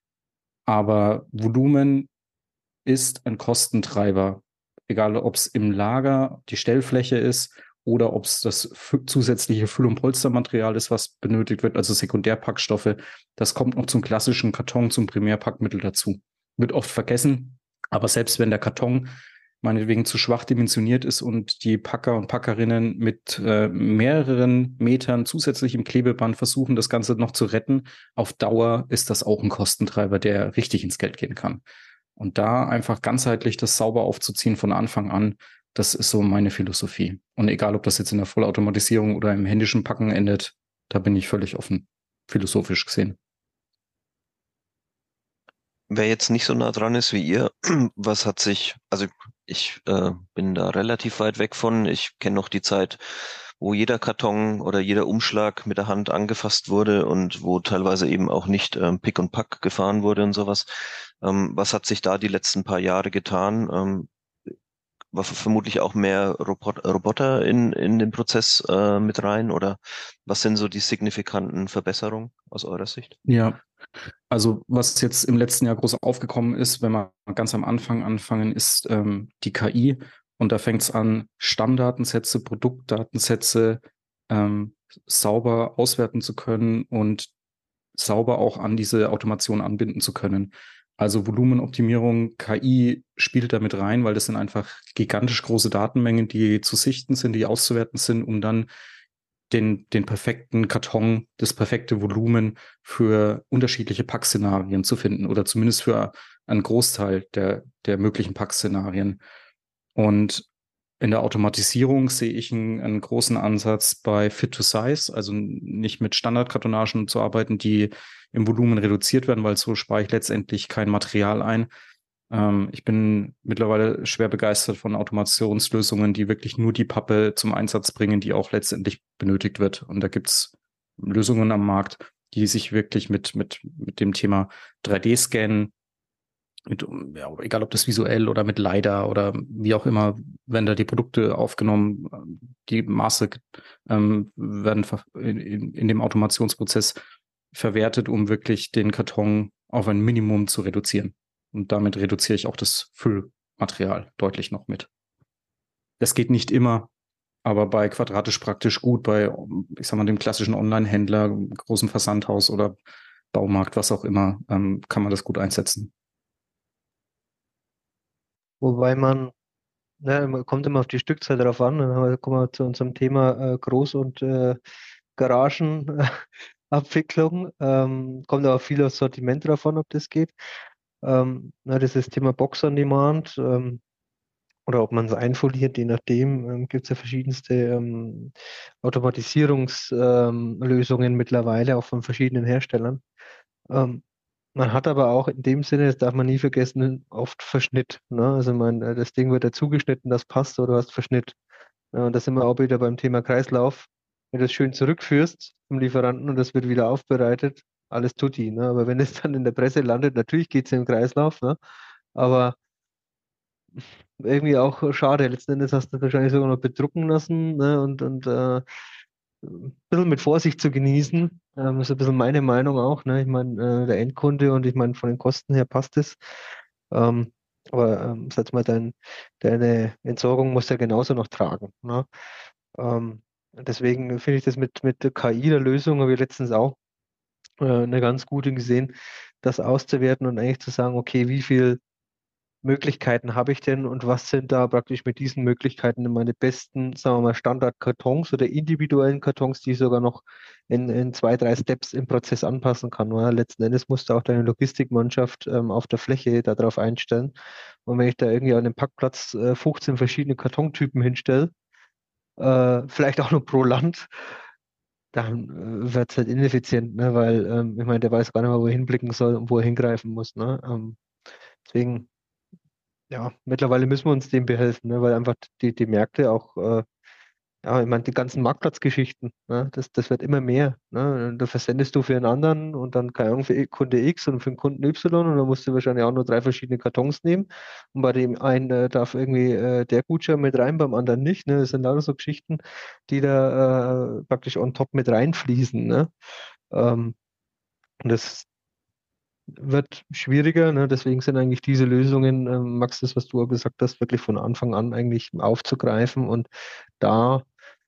S3: Aber Volumen ist ein Kostentreiber, egal ob es im Lager die Stellfläche ist oder ob es das zusätzliche Füll- und Polstermaterial ist, was benötigt wird, also Sekundärpackstoffe. Das kommt noch zum klassischen Karton, zum Primärpackmittel dazu. Wird oft vergessen, aber selbst wenn der Karton meinetwegen zu schwach dimensioniert ist und die Packer und Packerinnen mit äh, mehreren Metern zusätzlichem Klebeband versuchen, das Ganze noch zu retten, auf Dauer ist das auch ein Kostentreiber, der richtig ins Geld gehen kann. Und da einfach ganzheitlich das sauber aufzuziehen von Anfang an, das ist so meine Philosophie. Und egal, ob das jetzt in der Vollautomatisierung oder im händischen Packen endet, da bin ich völlig offen, philosophisch gesehen.
S2: Wer jetzt nicht so nah dran ist wie ihr, was hat sich, also ich äh, bin da relativ weit weg von. Ich kenne noch die Zeit, wo jeder Karton oder jeder Umschlag mit der Hand angefasst wurde und wo teilweise eben auch nicht ähm, Pick und Pack gefahren wurde und sowas. Ähm, was hat sich da die letzten paar Jahre getan? Ähm, war vermutlich auch mehr Robot Roboter in, in den Prozess äh, mit rein oder was sind so die signifikanten Verbesserungen aus eurer Sicht?
S3: Ja, Also was jetzt im letzten Jahr groß aufgekommen ist, wenn wir ganz am Anfang anfangen, ist ähm, die K I. Und da fängt es an, Stammdatensätze, Produktdatensätze ähm, sauber auswerten zu können und sauber auch an diese Automation anbinden zu können. Also Volumenoptimierung, K I spielt da mit rein, weil das sind einfach gigantisch große Datenmengen, die zu sichten sind, die auszuwerten sind, um dann den, den perfekten Karton, das perfekte Volumen für unterschiedliche Packszenarien zu finden oder zumindest für einen Großteil der, der möglichen Packszenarien. Und in der Automatisierung sehe ich einen, einen großen Ansatz bei Fit to Size, also nicht mit Standardkartonagen zu arbeiten, die im Volumen reduziert werden, weil so spare ich letztendlich kein Material ein. Ähm, ich bin mittlerweile schwer begeistert von Automationslösungen, die wirklich nur die Pappe zum Einsatz bringen, die auch letztendlich benötigt wird. Und da gibt es Lösungen am Markt, die sich wirklich mit, mit, mit dem Thema drei D-Scannen, mit, ja, egal ob das visuell oder mit LiDAR oder wie auch immer, werden da die Produkte aufgenommen, die Maße ähm, werden in, in, in dem Automationsprozess verwertet, um wirklich den Karton auf ein Minimum zu reduzieren. Und damit reduziere ich auch das Füllmaterial deutlich noch mit. Das geht nicht immer, aber bei quadratisch praktisch gut, bei, ich sag mal, dem klassischen Online-Händler, großem Versandhaus oder Baumarkt, was auch immer, ähm, kann man das gut einsetzen.
S4: Wobei man, ne, man kommt immer auf die Stückzahl drauf an. Dann haben wir- kommen wir zu unserem Thema äh, Groß- und äh, Garagenabwicklung. Ähm, kommt aber viel aufs Sortiment drauf an, ob das geht. Ähm, na, das ist das Thema Box on Demand ähm, oder ob man es einfoliert, je nachdem. Ähm, gibt es ja verschiedenste ähm, Automatisierungslösungen ähm, Lösungen mittlerweile, auch von verschiedenen Herstellern. Ähm, Man hat aber auch in dem Sinne, das darf man nie vergessen, oft Verschnitt. Ne? Also man, äh, das Ding wird ja zugeschnitten, das passt oder du hast Verschnitt. Ja, und da sind wir auch wieder beim Thema Kreislauf. Wenn du es schön zurückführst zum Lieferanten und das wird wieder aufbereitet, alles tutti. Ne? Aber wenn es dann in der Presse landet, natürlich geht es im Kreislauf, ne? Aber irgendwie auch schade. Letzten Endes hast du es wahrscheinlich sogar noch bedrucken lassen, ne? Und, und äh, ein bisschen mit Vorsicht zu genießen. Ähm, ist ein bisschen meine Meinung auch. Ne? Ich meine, äh, der Endkunde und ich meine, von den Kosten her passt es. Ähm, aber ähm, sag mal, dein, deine Entsorgung muss ja genauso noch tragen. Ne? Ähm, deswegen finde ich das mit, mit der K I der Lösung, habe ich letztens auch äh, eine ganz gute gesehen, das auszuwerten und eigentlich zu sagen, okay, wie viel Möglichkeiten habe ich denn und was sind da praktisch mit diesen Möglichkeiten meine besten, sagen wir mal, Standardkartons oder individuellen Kartons, die ich sogar noch in, in zwei, drei Steps im Prozess anpassen kann. Weil letzten Endes musst du auch deine Logistikmannschaft ähm, auf der Fläche darauf einstellen. Und wenn ich da irgendwie an einem Parkplatz äh, fünfzehn verschiedene Kartontypen hinstelle, äh, vielleicht auch nur pro Land, dann äh, wird es halt ineffizient, ne? Weil ähm, ich meine, der weiß gar nicht mehr, wo er hinblicken soll und wo er hingreifen muss. Ne? Ähm, deswegen ja, mittlerweile müssen wir uns dem behelfen, ne, weil einfach die, die Märkte auch, äh, ja, ich meine, die ganzen Marktplatzgeschichten, ne, das, das wird immer mehr. Ne, da versendest du für einen anderen und dann, keine Ahnung, für Kunde X und für den Kunden Y und dann musst du wahrscheinlich auch nur drei verschiedene Kartons nehmen. Und bei dem einen äh, darf irgendwie äh, der Gutschein mit rein, beim anderen nicht. Ne, das sind lauter so Geschichten, die da äh, praktisch on top mit reinfließen. Ne? Ähm, und das wird schwieriger, ne? Deswegen sind eigentlich diese Lösungen, ähm, Max, das, was du auch gesagt hast, wirklich von Anfang an eigentlich aufzugreifen und da,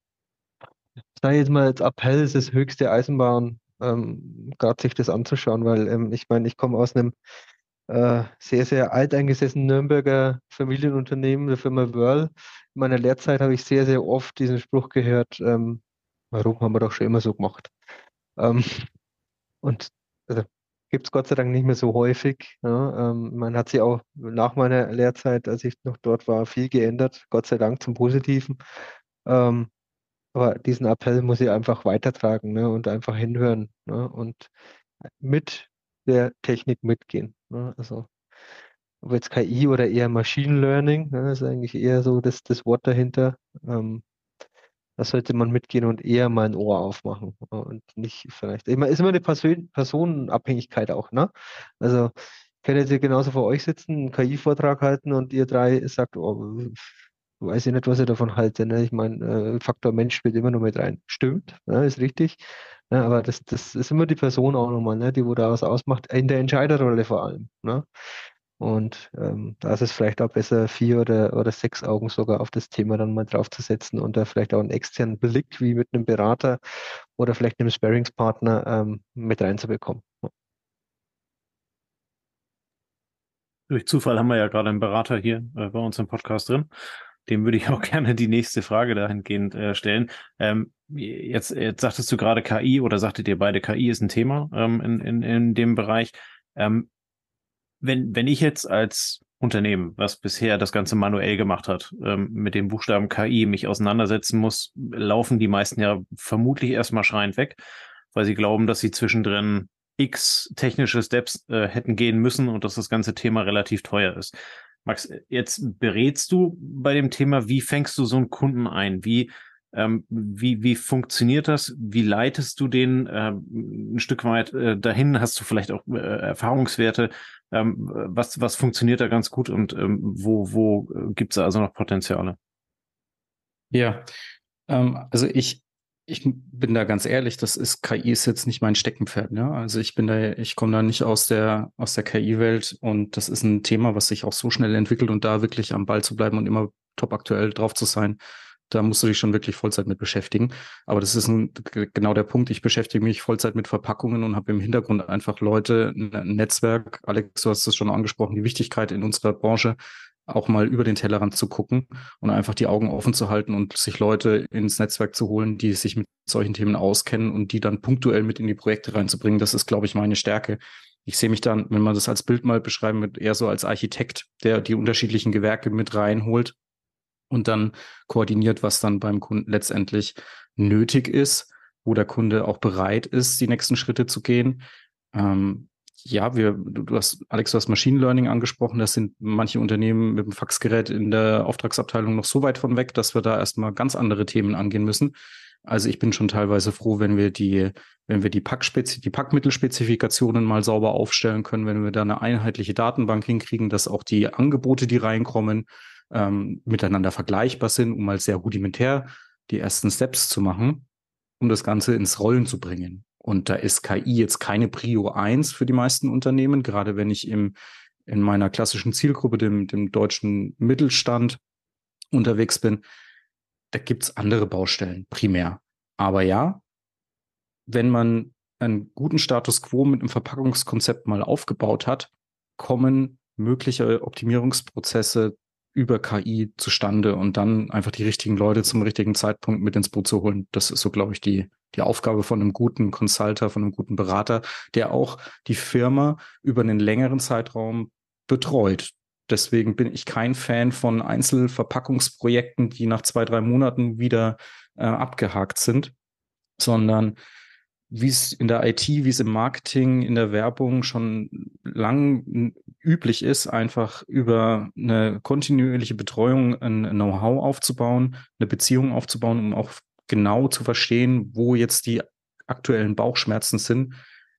S4: sei jetzt mal als Appell, ist es höchste Eisenbahn, ähm, gerade sich das anzuschauen, weil ähm, ich meine, ich komme aus einem äh, sehr, sehr alteingesessenen Nürnberger Familienunternehmen, der Firma Wörl. In meiner Lehrzeit habe ich sehr, sehr oft diesen Spruch gehört, ähm, warum haben wir doch schon immer so gemacht? Ähm, Und also, gibt es Gott sei Dank nicht mehr so häufig. Ja, ähm, man hat sich auch nach meiner Lehrzeit, als ich noch dort war, viel geändert. Gott sei Dank zum Positiven. Ähm, aber diesen Appell muss ich einfach weitertragen, ne, und einfach hinhören, ne, und mit der Technik mitgehen. Ne, also ob jetzt K I oder eher Machine Learning, ne, ist eigentlich eher so das, das Wort dahinter. Ähm, da sollte man mitgehen und eher mal ein Ohr aufmachen äh, und nicht vielleicht. Ich meine, ist immer eine Persön Personenabhängigkeit auch, ne? Also, ich kann jetzt hier genauso vor euch sitzen, einen K I-Vortrag halten und ihr drei sagt, oh, weiß ich nicht, was ihr davon haltet. Ne? Ich meine, äh, Faktor Mensch spielt immer nur mit rein. Stimmt, ne, ist richtig. Ne? Aber das, das ist immer die Person auch nochmal, ne? Die wo da was ausmacht, in der Entscheiderrolle vor allem. Ne? Und ähm, da ist es vielleicht auch besser, vier oder, oder sechs Augen sogar auf das Thema dann mal draufzusetzen und da vielleicht auch einen externen Blick wie mit einem Berater oder vielleicht einem Sparringspartner ähm, mit reinzubekommen.
S1: Durch Zufall haben wir ja gerade einen Berater hier äh, bei uns im Podcast drin. Dem würde ich auch gerne die nächste Frage dahingehend äh, stellen. Ähm, jetzt, jetzt sagtest du gerade K I oder sagtet ihr beide, K I ist ein Thema ähm, in, in, in dem Bereich. Ähm, wenn, wenn ich jetzt als Unternehmen, was bisher das Ganze manuell gemacht hat, ähm, mit dem Buchstaben K I mich auseinandersetzen muss, laufen die meisten ja vermutlich erstmal schreiend weg, weil sie glauben, dass sie zwischendrin x technische Steps äh, hätten gehen müssen und dass das ganze Thema relativ teuer ist. Max, jetzt berätst du bei dem Thema, wie fängst du so einen Kunden ein? Wie, ähm, wie, wie funktioniert das? Wie leitest du den äh, ein Stück weit äh, dahin? Hast du vielleicht auch äh, Erfahrungswerte? Ähm, was, was funktioniert da ganz gut und ähm, wo, wo äh, gibt es also noch Potenziale?
S3: Ja, ähm, also ich, ich bin da ganz ehrlich, das ist, K I ist jetzt nicht mein Steckenpferd, ne? Also ich bin da, ich komme da nicht aus der, aus der K I-Welt und das ist ein Thema, was sich auch so schnell entwickelt und da wirklich am Ball zu bleiben und immer top aktuell drauf zu sein, da musst du dich schon wirklich Vollzeit mit beschäftigen. Aber das ist ein, genau der Punkt. Ich beschäftige mich Vollzeit mit Verpackungen und habe im Hintergrund einfach Leute, ein Netzwerk. Alex, du hast es schon angesprochen, die Wichtigkeit in unserer Branche, auch mal über den Tellerrand zu gucken und einfach die Augen offen zu halten und sich Leute ins Netzwerk zu holen, die sich mit solchen Themen auskennen und die dann punktuell mit in die Projekte reinzubringen. Das ist, glaube ich, meine Stärke. Ich sehe mich dann, wenn man das als Bild mal beschreiben wird, eher so als Architekt, der die unterschiedlichen Gewerke mit reinholt und dann koordiniert, was dann beim Kunden letztendlich nötig ist, wo der Kunde auch bereit ist, die nächsten Schritte zu gehen. Ähm, ja, wir, du, du hast, Alex, du hast Machine Learning angesprochen. Das sind manche Unternehmen mit dem Faxgerät in der Auftragsabteilung noch so weit von weg, dass wir da erstmal ganz andere Themen angehen müssen. Also ich bin schon teilweise froh, wenn wir die, wenn wir die Packspezi- die Packmittelspezifikationen mal sauber aufstellen können, wenn wir da eine einheitliche Datenbank hinkriegen, dass auch die Angebote, die reinkommen, ähm, miteinander vergleichbar sind, um mal sehr rudimentär die ersten Steps zu machen, um das Ganze ins Rollen zu bringen. Und da ist K I jetzt keine Prio eins für die meisten Unternehmen, gerade wenn ich im, in meiner klassischen Zielgruppe, dem, dem deutschen Mittelstand, unterwegs bin. Da gibt's andere Baustellen, primär. Aber ja, wenn man einen guten Status quo mit einem Verpackungskonzept mal aufgebaut hat, kommen mögliche Optimierungsprozesse über K I zustande und dann einfach die richtigen Leute zum richtigen Zeitpunkt mit ins Boot zu holen. Das ist so, glaube ich, die, die Aufgabe von einem guten Consulter, von einem guten Berater, der auch die Firma über einen längeren Zeitraum betreut. Deswegen bin ich kein Fan von Einzelverpackungsprojekten, die nach zwei, drei Monaten wieder äh, abgehakt sind, sondern wie es in der I T, wie es im Marketing, in der Werbung schon lang üblich ist, einfach über eine kontinuierliche Betreuung ein Know-how aufzubauen, eine Beziehung aufzubauen, um auch genau zu verstehen, wo jetzt die aktuellen Bauchschmerzen sind.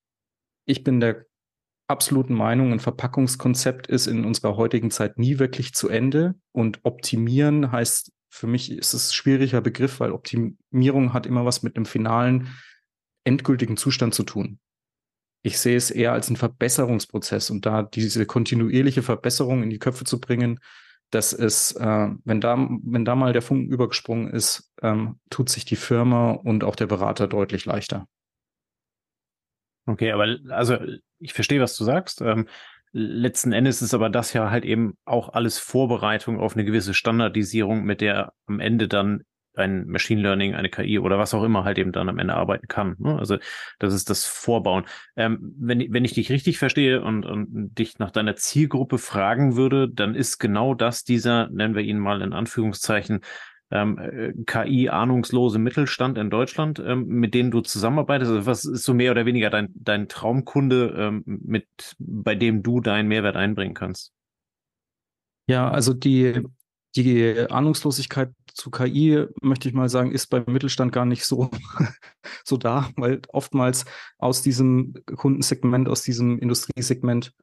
S3: Ich bin der absoluten Meinung, ein Verpackungskonzept ist in unserer heutigen Zeit nie wirklich zu Ende und optimieren heißt, für mich ist es ein schwieriger Begriff, weil Optimierung hat immer was mit einem finalen endgültigen Zustand zu tun. Ich sehe es eher als einen Verbesserungsprozess und da diese kontinuierliche Verbesserung in die Köpfe zu bringen, dass es, äh, wenn da, wenn da mal der Funken übergesprungen ist, ähm, tut sich die Firma und auch der Berater deutlich leichter.
S1: Okay, aber also ich verstehe, was du sagst. Ähm, letzten Endes ist aber das ja halt eben auch alles Vorbereitung auf eine gewisse Standardisierung, mit der am Ende dann ein Machine Learning, eine K I oder was auch immer halt eben dann am Ende arbeiten kann. Ne? Also das ist das Vorbauen. Ähm, wenn, wenn ich dich richtig verstehe und, und dich nach deiner Zielgruppe fragen würde, dann ist genau das dieser, nennen wir ihn mal in Anführungszeichen, ähm, äh, K I-ahnungslose Mittelstand in Deutschland, ähm, mit denen du zusammenarbeitest? Also was ist so mehr oder weniger dein, dein Traumkunde, ähm, mit, bei dem du deinen Mehrwert einbringen kannst?
S3: Ja, also die, die Ahnungslosigkeit zu K I, möchte ich mal sagen, ist beim Mittelstand gar nicht so, so da, weil oftmals aus diesem Kundensegment, aus diesem Industriesegment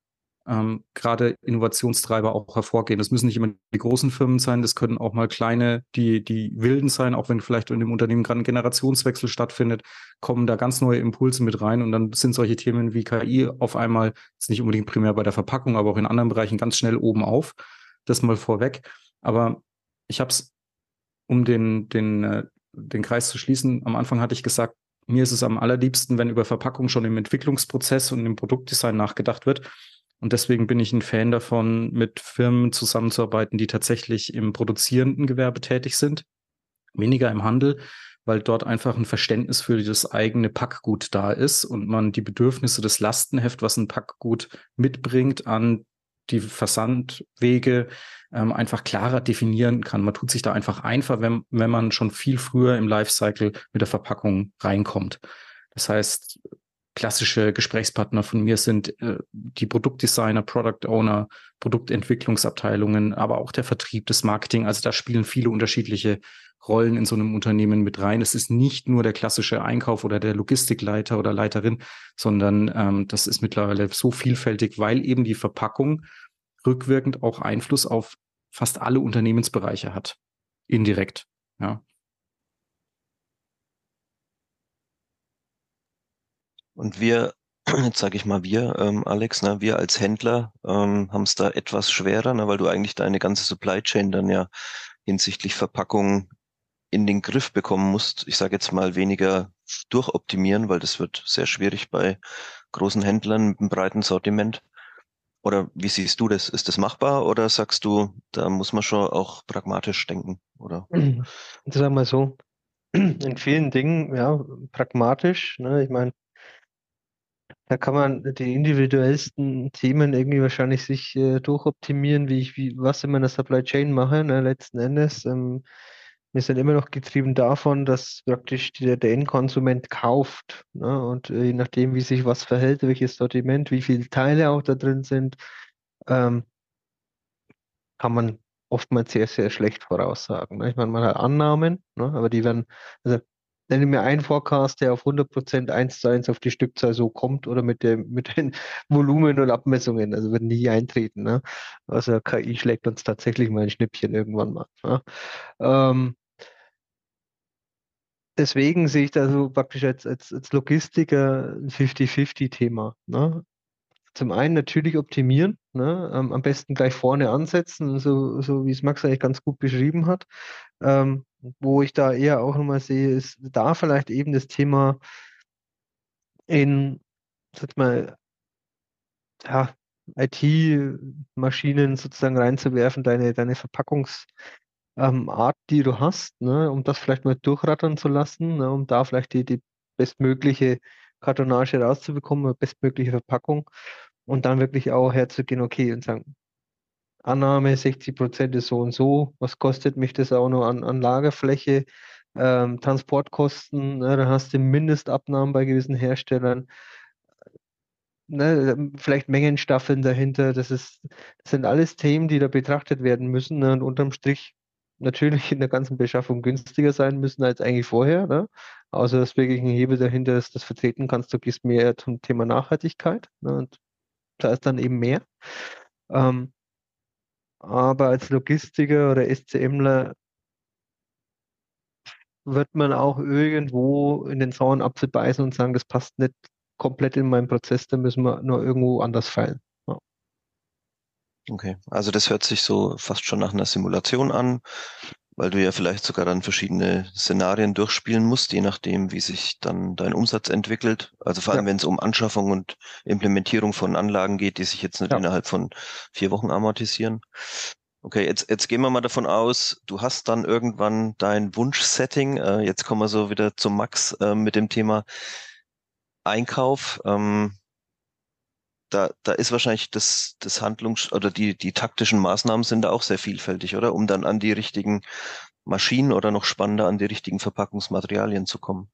S3: ähm, gerade Innovationstreiber auch hervorgehen. Das müssen nicht immer die großen Firmen sein, das können auch mal kleine, die, die wilden sein, auch wenn vielleicht in dem Unternehmen gerade ein Generationswechsel stattfindet, kommen da ganz neue Impulse mit rein und dann sind solche Themen wie K I auf einmal, jetzt nicht unbedingt primär bei der Verpackung, aber auch in anderen Bereichen ganz schnell oben auf. Das mal vorweg. Aber ich habe es, um den, den, äh, den Kreis zu schließen, am Anfang hatte ich gesagt, mir ist es am allerliebsten, wenn über Verpackung schon im Entwicklungsprozess und im Produktdesign nachgedacht wird. Und deswegen bin ich ein Fan davon, mit Firmen zusammenzuarbeiten, die tatsächlich im produzierenden Gewerbe tätig sind, weniger im Handel, weil dort einfach ein Verständnis für das eigene Packgut da ist und man die Bedürfnisse des Lastenheft, was ein Packgut mitbringt, an die Versandwege ähm, einfach klarer definieren kann. Man tut sich da einfach einfach, wenn, wenn man schon viel früher im Lifecycle mit der Verpackung reinkommt. Das heißt, klassische Gesprächspartner von mir sind äh, die Produktdesigner, Product Owner, Produktentwicklungsabteilungen, aber auch der Vertrieb, das Marketing. Also da spielen viele unterschiedliche Rollen in so einem Unternehmen mit rein. Es ist nicht nur der klassische Einkauf oder der Logistikleiter oder Leiterin, sondern ähm, das ist mittlerweile so vielfältig, weil eben die Verpackung rückwirkend auch Einfluss auf fast alle Unternehmensbereiche hat. Indirekt, ja.
S2: Und wir, jetzt sage ich mal wir, ähm, Alex, ne, wir als Händler ähm, haben es da etwas schwerer, ne, weil du eigentlich deine ganze Supply Chain dann ja hinsichtlich Verpackung in den Griff bekommen musst. Ich sage jetzt mal weniger durchoptimieren, weil das wird sehr schwierig bei großen Händlern mit einem breiten Sortiment. Oder wie siehst du das? Ist das machbar oder sagst du, da muss man schon auch pragmatisch denken, oder?
S4: Sagen wir so, in vielen Dingen, ja, pragmatisch, ne? Ich meine, da kann man die individuellsten Themen irgendwie wahrscheinlich sich äh, durchoptimieren, wie ich, wie, was in meiner Supply Chain mache, ne, letzten Endes. Ähm, wir sind immer noch getrieben davon, dass praktisch der, der Endkonsument kauft, ne, und äh, je nachdem, wie sich was verhält, welches Sortiment, wie viele Teile auch da drin sind, ähm, kann man oftmals sehr, sehr schlecht voraussagen. Ne? Ich meine, man hat Annahmen, ne? Aber die werden, also nenne mir einen Forecast, der auf hundert Prozent eins zu eins auf die Stückzahl so kommt oder mit, dem, mit den Volumen und Abmessungen, also wird nie eintreten. Ne? Also K I schlägt uns tatsächlich mal ein Schnippchen irgendwann mal. Ne? Ähm, deswegen sehe ich da so praktisch als, als, als Logistiker ein fünfzig fünfzig-Thema. Ne? Zum einen natürlich optimieren, ne? Ähm, am besten gleich vorne ansetzen, so, so wie es Max eigentlich ganz gut beschrieben hat. Ähm, wo ich da eher auch nochmal sehe, ist da vielleicht eben das Thema in, sag mal, ja, I T-Maschinen sozusagen reinzuwerfen, deine, deine Verpackungsart, ähm, Art, die du hast, ne? Um das vielleicht mal durchrattern zu lassen, ne? Um da vielleicht die, die bestmögliche Kartonage rauszubekommen, eine bestmögliche Verpackung und dann wirklich auch herzugehen, okay, und sagen, Annahme sechzig Prozent ist so und so, was kostet mich das auch noch an, an Lagerfläche, ähm, Transportkosten, ne, da hast du Mindestabnahmen bei gewissen Herstellern, ne, vielleicht Mengenstaffeln dahinter, das ist, das sind alles Themen, die da betrachtet werden müssen, ne, und unterm Strich natürlich in der ganzen Beschaffung günstiger sein müssen als eigentlich vorher, ne? Außer dass wirklich ein Hebel dahinter ist, das vertreten kannst, du gehst mehr zum Thema Nachhaltigkeit, ne, und da ist dann eben mehr. Ähm, aber als Logistiker oder SCMler wird man auch irgendwo in den sauren Apfel beißen und sagen, das passt nicht komplett in meinen Prozess, da müssen wir nur irgendwo anders feilen. Ja.
S2: Okay, also das hört sich so fast schon nach einer Simulation an, weil du ja vielleicht sogar dann verschiedene Szenarien durchspielen musst, je nachdem, wie sich dann dein Umsatz entwickelt. Also vor allem,
S4: Ja.
S2: wenn es um Anschaffung und Implementierung von Anlagen geht, die sich jetzt nicht
S4: Ja.
S2: innerhalb von vier Wochen amortisieren. Okay, jetzt, jetzt gehen wir mal davon aus, du hast dann irgendwann dein Wunschsetting. Äh, jetzt kommen wir so wieder zu Max äh, mit dem Thema Einkauf. Ähm, da, da ist wahrscheinlich das, das Handlungs- oder die, die taktischen Maßnahmen sind da auch sehr vielfältig, oder? Um dann an die richtigen Maschinen oder noch spannender an die richtigen Verpackungsmaterialien zu kommen.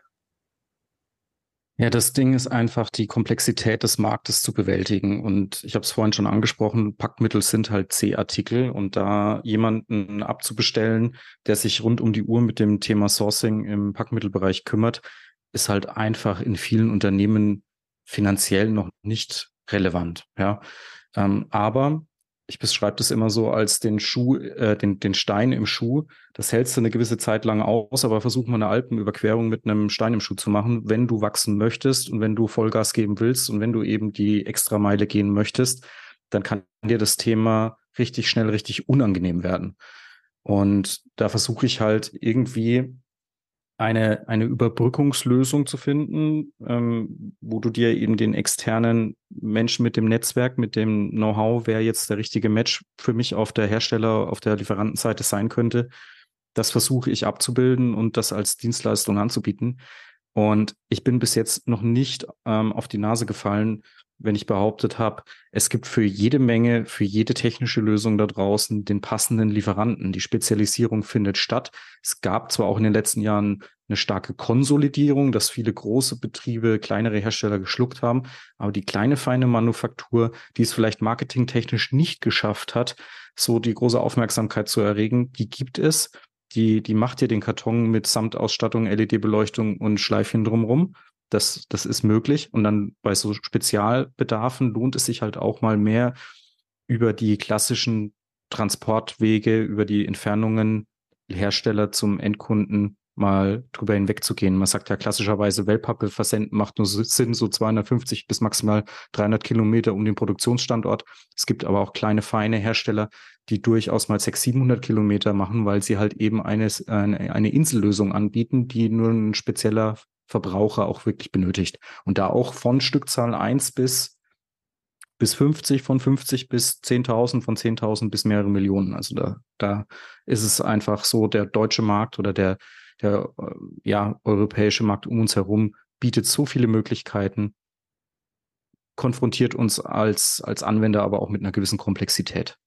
S3: Ja, das Ding ist einfach, die Komplexität des Marktes zu bewältigen. Und ich habe es vorhin schon angesprochen, Packmittel sind halt C-Artikel und da jemanden abzubestellen, der sich rund um die Uhr mit dem Thema Sourcing im Packmittelbereich kümmert, ist halt einfach in vielen Unternehmen finanziell noch nicht relevant. Ja, ähm, aber ich beschreibe das immer so als den Schuh, äh, den, den Stein im Schuh. Das hältst du eine gewisse Zeit lang aus, aber versuch mal eine Alpenüberquerung mit einem Stein im Schuh zu machen, wenn du wachsen möchtest und wenn du Vollgas geben willst und wenn du eben die Extrameile gehen möchtest, dann kann dir das Thema richtig schnell richtig unangenehm werden. Und da versuche ich halt irgendwie eine, eine Überbrückungslösung zu finden, ähm, wo du dir eben den externen Menschen mit dem Netzwerk, mit dem Know-how, wer jetzt der richtige Match für mich auf der Hersteller, auf der Lieferantenseite sein könnte, das versuche ich abzubilden und das als Dienstleistung anzubieten. Und ich bin bis jetzt noch nicht ähm, auf die Nase gefallen, wenn ich behauptet habe, es gibt für jede Menge, für jede technische Lösung da draußen den passenden Lieferanten. Die Spezialisierung findet statt. Es gab zwar auch in den letzten Jahren eine starke Konsolidierung, dass viele große Betriebe kleinere Hersteller geschluckt haben, aber die kleine, feine Manufaktur, die es vielleicht marketingtechnisch nicht geschafft hat, so die große Aufmerksamkeit zu erregen, die gibt es. Die, die macht dir den Karton mit Samtausstattung, L E D-Beleuchtung und Schleifchen drumrum. Das, das ist möglich. Und dann bei so Spezialbedarfen lohnt es sich halt auch mal mehr über die klassischen Transportwege, über die Entfernungen Hersteller zum Endkunden mal drüber hinwegzugehen. Man sagt ja klassischerweise, Wellpappe versenden macht nur Sinn, so zweihundertfünfzig bis maximal dreihundert Kilometer um den Produktionsstandort. Es gibt aber auch kleine, feine Hersteller, die durchaus mal sechshundert, siebenhundert Kilometer machen, weil sie halt eben eines, eine, eine Insellösung anbieten, die nur ein spezieller Verbraucher auch wirklich benötigt. Und da auch von Stückzahl eins bis, bis fünfzig, von fünfzig bis zehntausend, von zehntausend bis mehrere Millionen. Also da, da ist es einfach so, der deutsche Markt oder der, der ja, europäische Markt um uns herum bietet so viele Möglichkeiten, konfrontiert uns als, als Anwender aber auch mit einer gewissen Komplexität.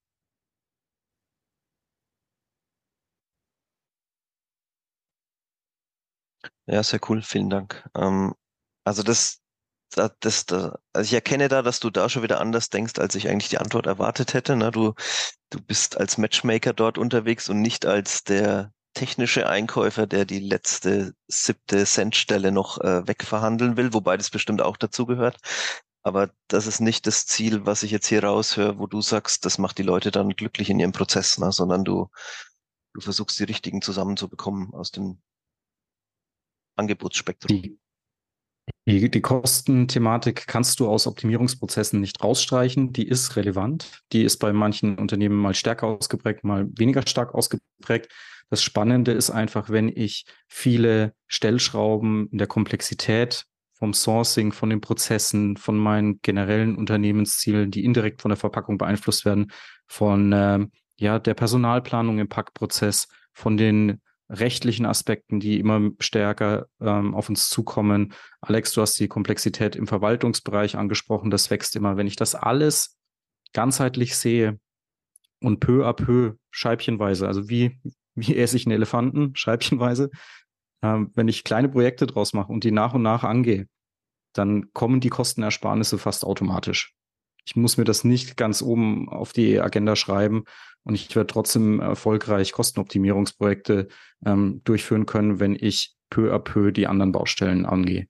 S2: Ja, sehr cool, vielen Dank. Ähm, also das, das, das, das, also ich erkenne da, dass du da schon wieder anders denkst, als ich eigentlich die Antwort erwartet hätte. Ne? Du, du bist als Matchmaker dort unterwegs und nicht als der technische Einkäufer, der die letzte siebte Centstelle noch äh, wegverhandeln will, wobei das bestimmt auch dazu gehört. Aber das ist nicht das Ziel, was ich jetzt hier raushöre, wo du sagst, das macht die Leute dann glücklich in ihrem Prozess, ne? Sondern du, du versuchst die richtigen zusammenzubekommen aus dem Angebotsspektrum.
S3: Die Die, die Kostenthematik kannst du aus Optimierungsprozessen nicht rausstreichen. Die ist relevant. Die ist bei manchen Unternehmen mal stärker ausgeprägt, mal weniger stark ausgeprägt. Das Spannende ist einfach, wenn ich viele Stellschrauben in der Komplexität vom Sourcing, von den Prozessen, von meinen generellen Unternehmenszielen, die indirekt von der Verpackung beeinflusst werden, von äh, ja, der Personalplanung im Packprozess, von den rechtlichen Aspekten, die immer stärker ähm, auf uns zukommen. Alex, du hast die Komplexität im Verwaltungsbereich angesprochen, das wächst immer. Wenn ich das alles ganzheitlich sehe und peu à peu, scheibchenweise, also wie, wie esse ich einen Elefanten, scheibchenweise, ähm, wenn ich kleine Projekte draus mache und die nach und nach angehe, dann kommen die Kostenersparnisse fast automatisch. Ich muss mir das nicht ganz oben auf die Agenda schreiben und ich werde trotzdem erfolgreich Kostenoptimierungsprojekte ähm, durchführen können, wenn ich peu à peu die anderen Baustellen angehe.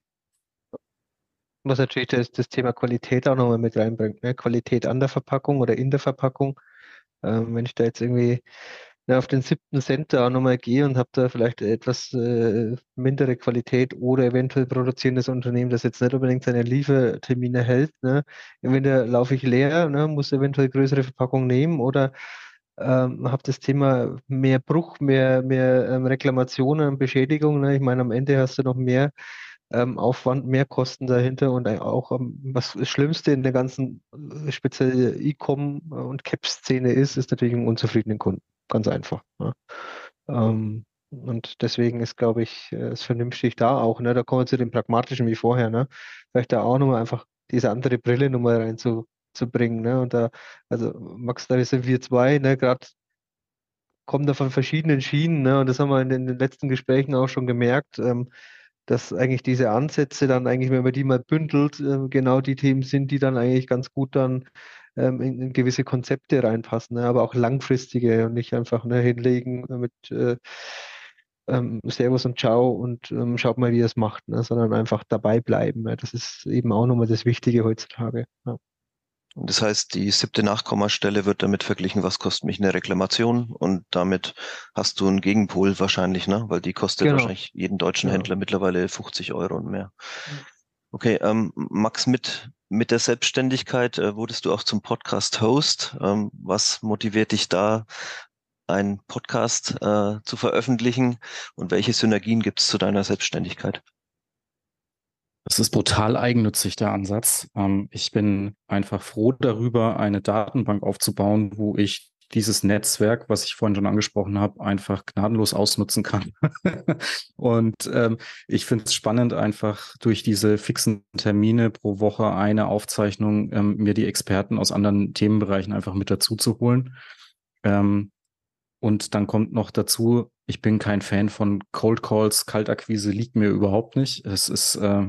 S4: Was natürlich das, das Thema Qualität auch nochmal mit reinbringt, ne? Qualität an der Verpackung oder in der Verpackung. Ähm, wenn ich da jetzt irgendwie ne, auf den siebten Cent da auch nochmal gehe und habe da vielleicht etwas äh, mindere Qualität oder eventuell produzierendes Unternehmen, das jetzt nicht unbedingt seine Liefertermine hält, ne? Entweder laufe ich leer, ne, muss eventuell größere Verpackung nehmen oder ähm, habe das Thema mehr Bruch, mehr, mehr ähm, Reklamationen, Beschädigungen. Ne? Ich meine, am Ende hast du noch mehr ähm, Aufwand, mehr Kosten dahinter und auch ähm, was das Schlimmste in der ganzen äh, speziell E-Com und Cap-Szene ist, ist natürlich einen unzufriedenen Kunden. Ganz einfach. Ne? Ähm, und deswegen ist, glaube ich, äh, es vernünftig da auch. Ne? Da kommen wir zu dem Pragmatischen wie vorher. Ne? Vielleicht da auch nochmal einfach diese andere Brille nochmal reinzubringen. Ne? Und da, also Max, da sind wir zwei, ne? Gerade kommen da von verschiedenen Schienen. Ne? Und das haben wir in den, in den letzten Gesprächen auch schon gemerkt. Ähm, dass eigentlich diese Ansätze dann eigentlich, wenn man die mal bündelt, äh, genau die Themen sind, die dann eigentlich ganz gut dann ähm, in, in gewisse Konzepte reinpassen, ne? Aber auch langfristige und nicht einfach ne, hinlegen mit äh, ähm, Servus und Ciao und ähm, schaut mal, wie ihr es macht, ne? Sondern einfach dabei bleiben. Ne? Das ist eben auch nochmal das Wichtige heutzutage. Ja.
S2: Und das heißt, die siebte Nachkommastelle wird damit verglichen, was kostet mich eine Reklamation? Und damit hast du einen Gegenpol wahrscheinlich, ne? Weil die kostet
S4: Genau.
S2: wahrscheinlich jeden deutschen
S4: Ja.
S2: Händler mittlerweile fünfzig Euro und mehr.
S4: Ja.
S2: Okay, ähm, Max, mit, mit der Selbstständigkeit äh, wurdest du auch zum Podcast-Host. Ähm, was motiviert dich da, einen Podcast äh, zu veröffentlichen? Und welche Synergien gibt es zu deiner Selbstständigkeit?
S3: Das ist brutal eigennützig, der Ansatz. Ähm, ich bin einfach froh darüber, eine Datenbank aufzubauen, wo ich dieses Netzwerk, was ich vorhin schon angesprochen habe, einfach gnadenlos ausnutzen kann. Und ähm, ich finde es spannend, einfach durch diese fixen Termine pro Woche eine Aufzeichnung, ähm, mir die Experten aus anderen Themenbereichen einfach mit dazu zu holen. Ähm, und dann kommt noch dazu, ich bin kein Fan von Cold Calls, Kaltakquise liegt mir überhaupt nicht. Es ist äh,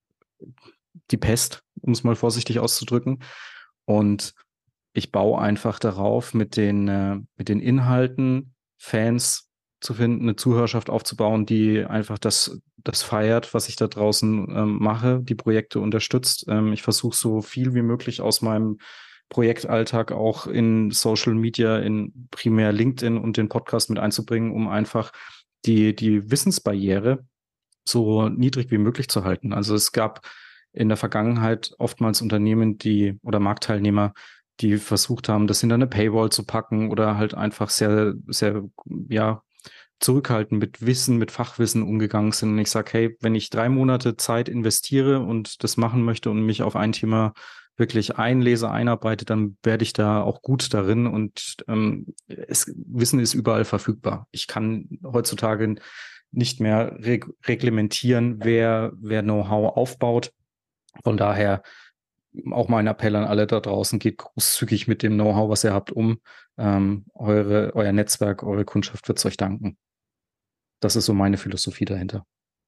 S3: die Pest, um es mal vorsichtig auszudrücken. Und ich baue einfach darauf, mit den, äh, mit den Inhalten Fans zu finden, eine Zuhörerschaft aufzubauen, die einfach das, das feiert, was ich da draußen ähm, mache, die Projekte unterstützt. Ähm, ich versuche so viel wie möglich aus meinem Projektalltag auch in Social Media, in primär LinkedIn und den Podcast mit einzubringen, um einfach die, die Wissensbarriere so niedrig wie möglich zu halten. Also es gab in der Vergangenheit oftmals Unternehmen, die oder Marktteilnehmer, die versucht haben, das hinter eine Paywall zu packen oder halt einfach sehr, sehr, ja, zurückhaltend mit Wissen, mit Fachwissen umgegangen sind. Und ich sage, hey, wenn ich drei Monate Zeit investiere und das machen möchte und mich auf ein Thema wirklich einlese, einarbeite, dann werde ich da auch gut darin und ähm, es, Wissen ist überall verfügbar. Ich kann heutzutage nicht mehr reg reglementieren, wer, wer Know-how aufbaut. Von daher auch mein Appell an alle da draußen, geht großzügig mit dem Know-how, was ihr habt, um. Ähm, eure, euer Netzwerk, eure Kundschaft wird es euch danken. Das ist so meine Philosophie dahinter.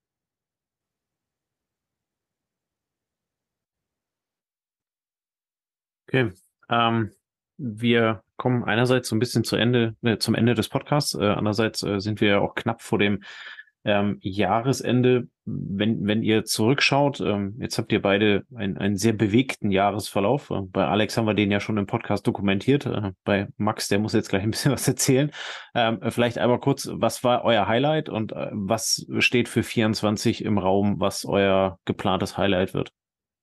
S1: Okay. Ähm, wir kommen einerseits so ein bisschen zu Ende, äh, zum Ende des Podcasts. Äh, andererseits äh, sind wir ja auch knapp vor dem ähm, Jahresende. Wenn, wenn ihr zurückschaut, ähm, jetzt habt ihr beide ein, einen sehr bewegten Jahresverlauf. Äh, bei Alex haben wir den ja schon im Podcast dokumentiert. Äh, bei Max, der muss jetzt gleich ein bisschen was erzählen. Ähm, äh, vielleicht einmal kurz, was war euer Highlight und äh, was steht für vierundzwanzig im Raum, was euer geplantes Highlight wird?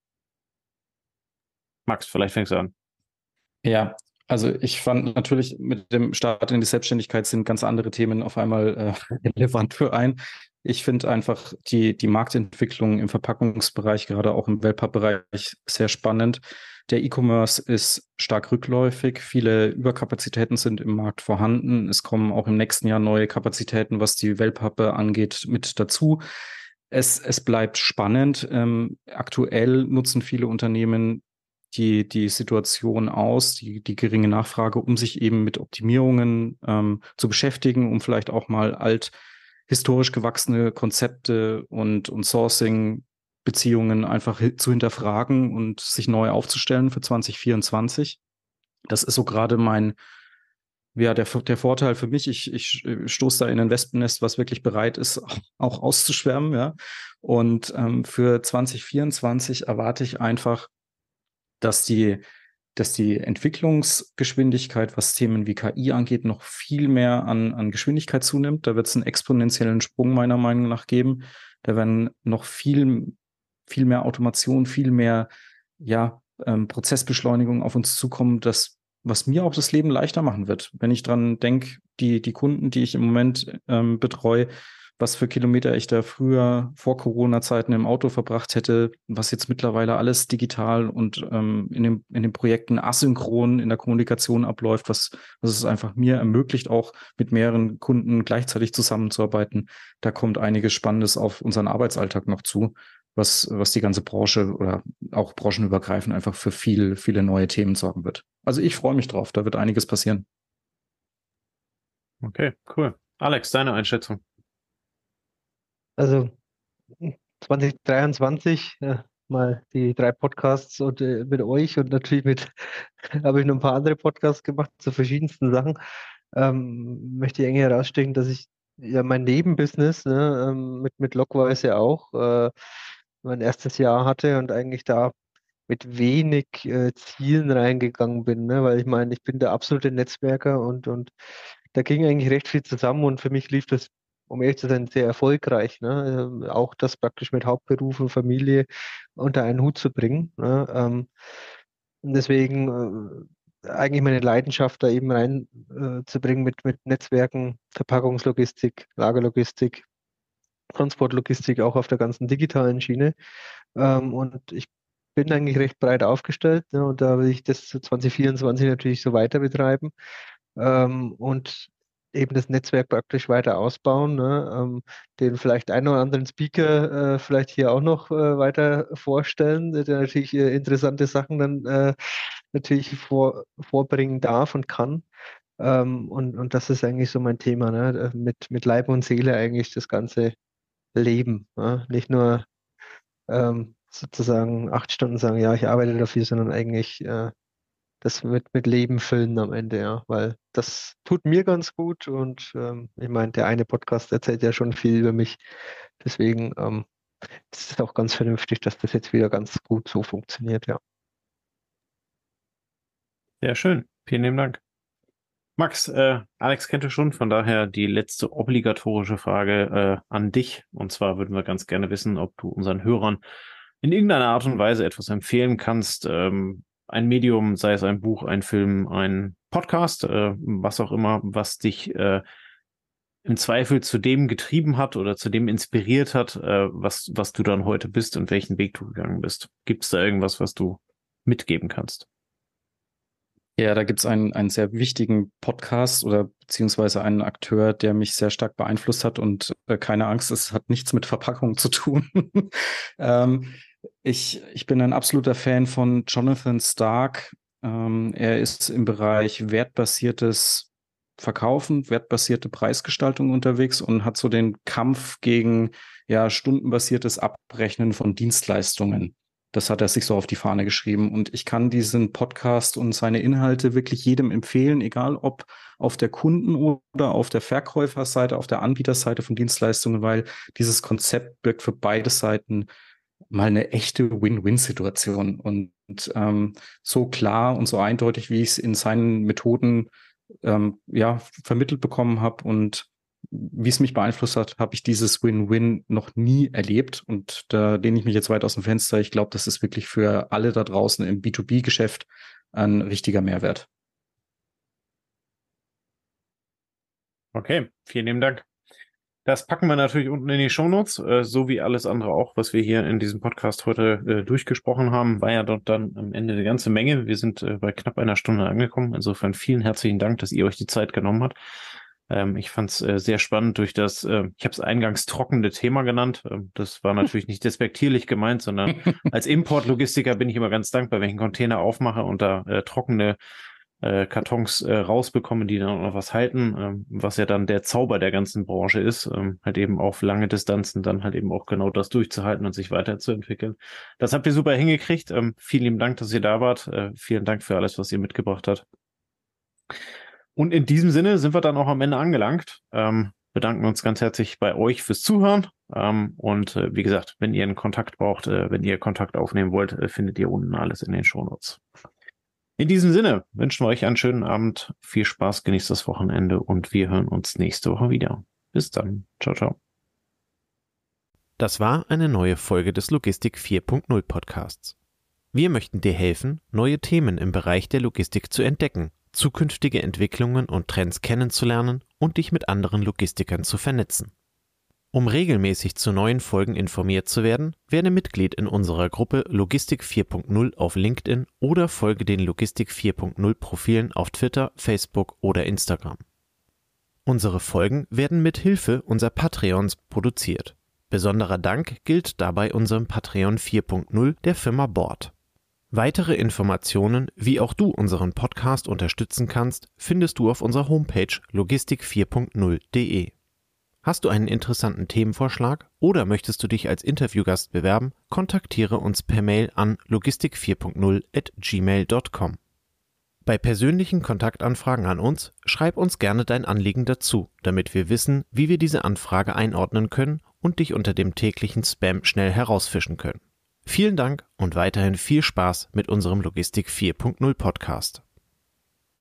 S1: Max, vielleicht fängst du an.
S3: Ja, also ich fand natürlich mit dem Start in die Selbstständigkeit sind ganz andere Themen auf einmal äh, relevant für einen. Ich finde einfach die, die Marktentwicklung im Verpackungsbereich, gerade auch im Wellpapp-Bereich, sehr spannend. Der E-Commerce ist stark rückläufig. Viele Überkapazitäten sind im Markt vorhanden. Es kommen auch im nächsten Jahr neue Kapazitäten, was die Wellpappe angeht, mit dazu. Es, es bleibt spannend. Ähm, aktuell nutzen viele Unternehmen die, die Situation aus, die, die geringe Nachfrage, um sich eben mit Optimierungen ähm, zu beschäftigen, um vielleicht auch mal alt historisch gewachsene Konzepte und, und Sourcing-Beziehungen einfach hi- zu hinterfragen und sich neu aufzustellen für zwanzig vierundzwanzig. Das ist so gerade mein, ja, der, der Vorteil für mich. Ich, ich stoße da in ein Wespennest, was wirklich bereit ist, auch auszuschwärmen, ja. Und ähm, für zwanzig vierundzwanzig erwarte ich einfach, dass die, dass die Entwicklungsgeschwindigkeit, was Themen wie K I angeht, noch viel mehr an, an Geschwindigkeit zunimmt. Da wird es einen exponentiellen Sprung meiner Meinung nach geben. Da werden noch viel, viel mehr Automation, viel mehr, ja, ähm, Prozessbeschleunigung auf uns zukommen, das, was mir auch das Leben leichter machen wird. Wenn ich dran denke, die, die Kunden, die ich im Moment ähm, betreue, was für Kilometer ich da früher vor Corona-Zeiten im Auto verbracht hätte, was jetzt mittlerweile alles digital und ähm, in, dem, in den Projekten asynchron in der Kommunikation abläuft, was, was es einfach mir ermöglicht, auch mit mehreren Kunden gleichzeitig zusammenzuarbeiten. Da kommt einiges Spannendes auf unseren Arbeitsalltag noch zu, was, was die ganze Branche oder auch branchenübergreifend einfach für viel, viele neue Themen sorgen wird. Also ich freue mich drauf, da wird einiges passieren.
S1: Okay, cool. Alex, deine Einschätzung.
S4: Also zwanzig dreiundzwanzig, äh, mal die drei Podcasts und äh, mit euch und natürlich mit, habe ich noch ein paar andere Podcasts gemacht zu verschiedensten Sachen. Ähm, möchte ich irgendwie herausstellen, dass ich ja mein Nebenbusiness, ne, ähm, mit, mit Lockwise ja auch äh, mein erstes Jahr hatte und eigentlich da mit wenig äh, Zielen reingegangen bin, ne? Weil ich meine, ich bin der absolute Netzwerker und, und da ging eigentlich recht viel zusammen und für mich lief das, um ehrlich zu sein, sehr erfolgreich, ne? Äh, auch das praktisch mit Hauptberuf und Familie unter einen Hut zu bringen, ne? Ähm, und deswegen äh, eigentlich meine Leidenschaft da eben rein äh, zu bringen mit, mit Netzwerken, Verpackungslogistik, Lagerlogistik, Transportlogistik, auch auf der ganzen digitalen Schiene. Ähm, und ich bin eigentlich recht breit aufgestellt, ne, und da will ich das zwanzig vierundzwanzig natürlich so weiter betreiben ähm, und eben das Netzwerk praktisch weiter ausbauen, ne, ähm, den vielleicht einen oder anderen Speaker äh, vielleicht hier auch noch äh, weiter vorstellen, der natürlich äh, interessante Sachen dann äh, natürlich vor, vorbringen darf und kann. Ähm, und, und das ist eigentlich so mein Thema, ne, mit, mit Leib und Seele eigentlich das ganze Leben. Ja? Nicht nur ähm, sozusagen acht Stunden sagen, ja, ich arbeite dafür, sondern eigentlich äh, das mit, mit Leben füllen am Ende, ja. Weil das tut mir ganz gut und ähm, ich meine, der eine Podcast erzählt ja schon viel über mich. Deswegen ähm, ist es auch ganz vernünftig, dass das jetzt wieder ganz gut so funktioniert, ja.
S1: Sehr schön. Vielen lieben Dank. Max, äh, Alex kennt es schon, von daher die letzte obligatorische Frage äh, an dich. Und zwar würden wir ganz gerne wissen, ob du unseren Hörern in irgendeiner Art und Weise etwas empfehlen kannst. Ähm, ein Medium, sei es ein Buch, ein Film, ein Podcast, äh, was auch immer, was dich äh, im Zweifel zu dem getrieben hat oder zu dem inspiriert hat, äh, was, was du dann heute bist und welchen Weg du gegangen bist. Gibt es da irgendwas, was du mitgeben kannst?
S3: Ja, da gibt es einen, einen sehr wichtigen Podcast oder beziehungsweise einen Akteur, der mich sehr stark beeinflusst hat und äh, keine Angst, es hat nichts mit Verpackung zu tun. ähm, ich, ich bin ein absoluter Fan von Jonathan Stark. Ähm, er ist im Bereich wertbasiertes Verkaufen, wertbasierte Preisgestaltung unterwegs und hat so den Kampf gegen ja stundenbasiertes Abrechnen von Dienstleistungen. Das hat er sich so auf die Fahne geschrieben. Und ich kann diesen Podcast und seine Inhalte wirklich jedem empfehlen, egal ob auf der Kunden- oder auf der Verkäuferseite, auf der Anbieterseite von Dienstleistungen, weil dieses Konzept birgt für beide Seiten mal eine echte Win-Win-Situation. Und ähm, so klar und so eindeutig, wie ich es in seinen Methoden ähm, ja, vermittelt bekommen habe und wie es mich beeinflusst hat, habe ich dieses Win-Win noch nie erlebt und da lehne ich mich jetzt weit aus dem Fenster. Ich glaube, das ist wirklich für alle da draußen im B zwei B-Geschäft ein richtiger Mehrwert.
S1: Okay, vielen lieben Dank. Das packen wir natürlich unten in die Shownotes, äh, so wie alles andere auch, was wir hier in diesem Podcast heute äh, durchgesprochen haben, war ja dort dann am Ende eine ganze Menge. Wir sind äh, bei knapp einer Stunde angekommen. Insofern vielen herzlichen Dank, dass ihr euch die Zeit genommen habt. Ähm, ich fand es äh, sehr spannend durch das, äh, ich habe es eingangs trockene Thema genannt. Ähm, das war natürlich nicht despektierlich gemeint, sondern als Importlogistiker bin ich immer ganz dankbar, wenn ich einen Container aufmache und da äh, trockene äh, Kartons äh, rausbekomme, die dann auch noch was halten, ähm, was ja dann der Zauber der ganzen Branche ist, ähm, halt eben auf lange Distanzen dann halt eben auch genau das durchzuhalten und sich weiterzuentwickeln. Das habt ihr super hingekriegt. Ähm, vielen lieben Dank, dass ihr da wart. Äh, vielen Dank für alles, was ihr mitgebracht habt. Und in diesem Sinne sind wir dann auch am Ende angelangt. Ähm, bedanken uns ganz herzlich bei euch fürs Zuhören. Ähm, und äh, wie gesagt, wenn ihr einen Kontakt braucht, äh, wenn ihr Kontakt aufnehmen wollt, äh, findet ihr unten alles in den Shownotes. In diesem Sinne wünschen wir euch einen schönen Abend, viel Spaß, genießt das Wochenende und wir hören uns nächste Woche wieder. Bis dann. Ciao, ciao.
S5: Das war eine neue Folge des Logistik vier Punkt null Podcasts. Wir möchten dir helfen, neue Themen im Bereich der Logistik zu entdecken, zukünftige Entwicklungen und Trends kennenzulernen und dich mit anderen Logistikern zu vernetzen. Um regelmäßig zu neuen Folgen informiert zu werden, werde Mitglied in unserer Gruppe Logistik vier Punkt null auf LinkedIn oder folge den Logistik vier Punkt null Profilen auf Twitter, Facebook oder Instagram. Unsere Folgen werden mit Hilfe unserer Patreons produziert. Besonderer Dank gilt dabei unserem Patreon vier Punkt null der Firma Board. Weitere Informationen, wie auch du unseren Podcast unterstützen kannst, findest du auf unserer Homepage logistik vier Punkt null Punkt de. Hast du einen interessanten Themenvorschlag oder möchtest du dich als Interviewgast bewerben, kontaktiere uns per Mail an logistik vier Punkt null at gmail Punkt com. Bei persönlichen Kontaktanfragen an uns, schreib uns gerne dein Anliegen dazu, damit wir wissen, wie wir diese Anfrage einordnen können und dich unter dem täglichen Spam schnell herausfischen können. Vielen Dank und weiterhin viel Spaß mit unserem Logistik vier Punkt null Podcast.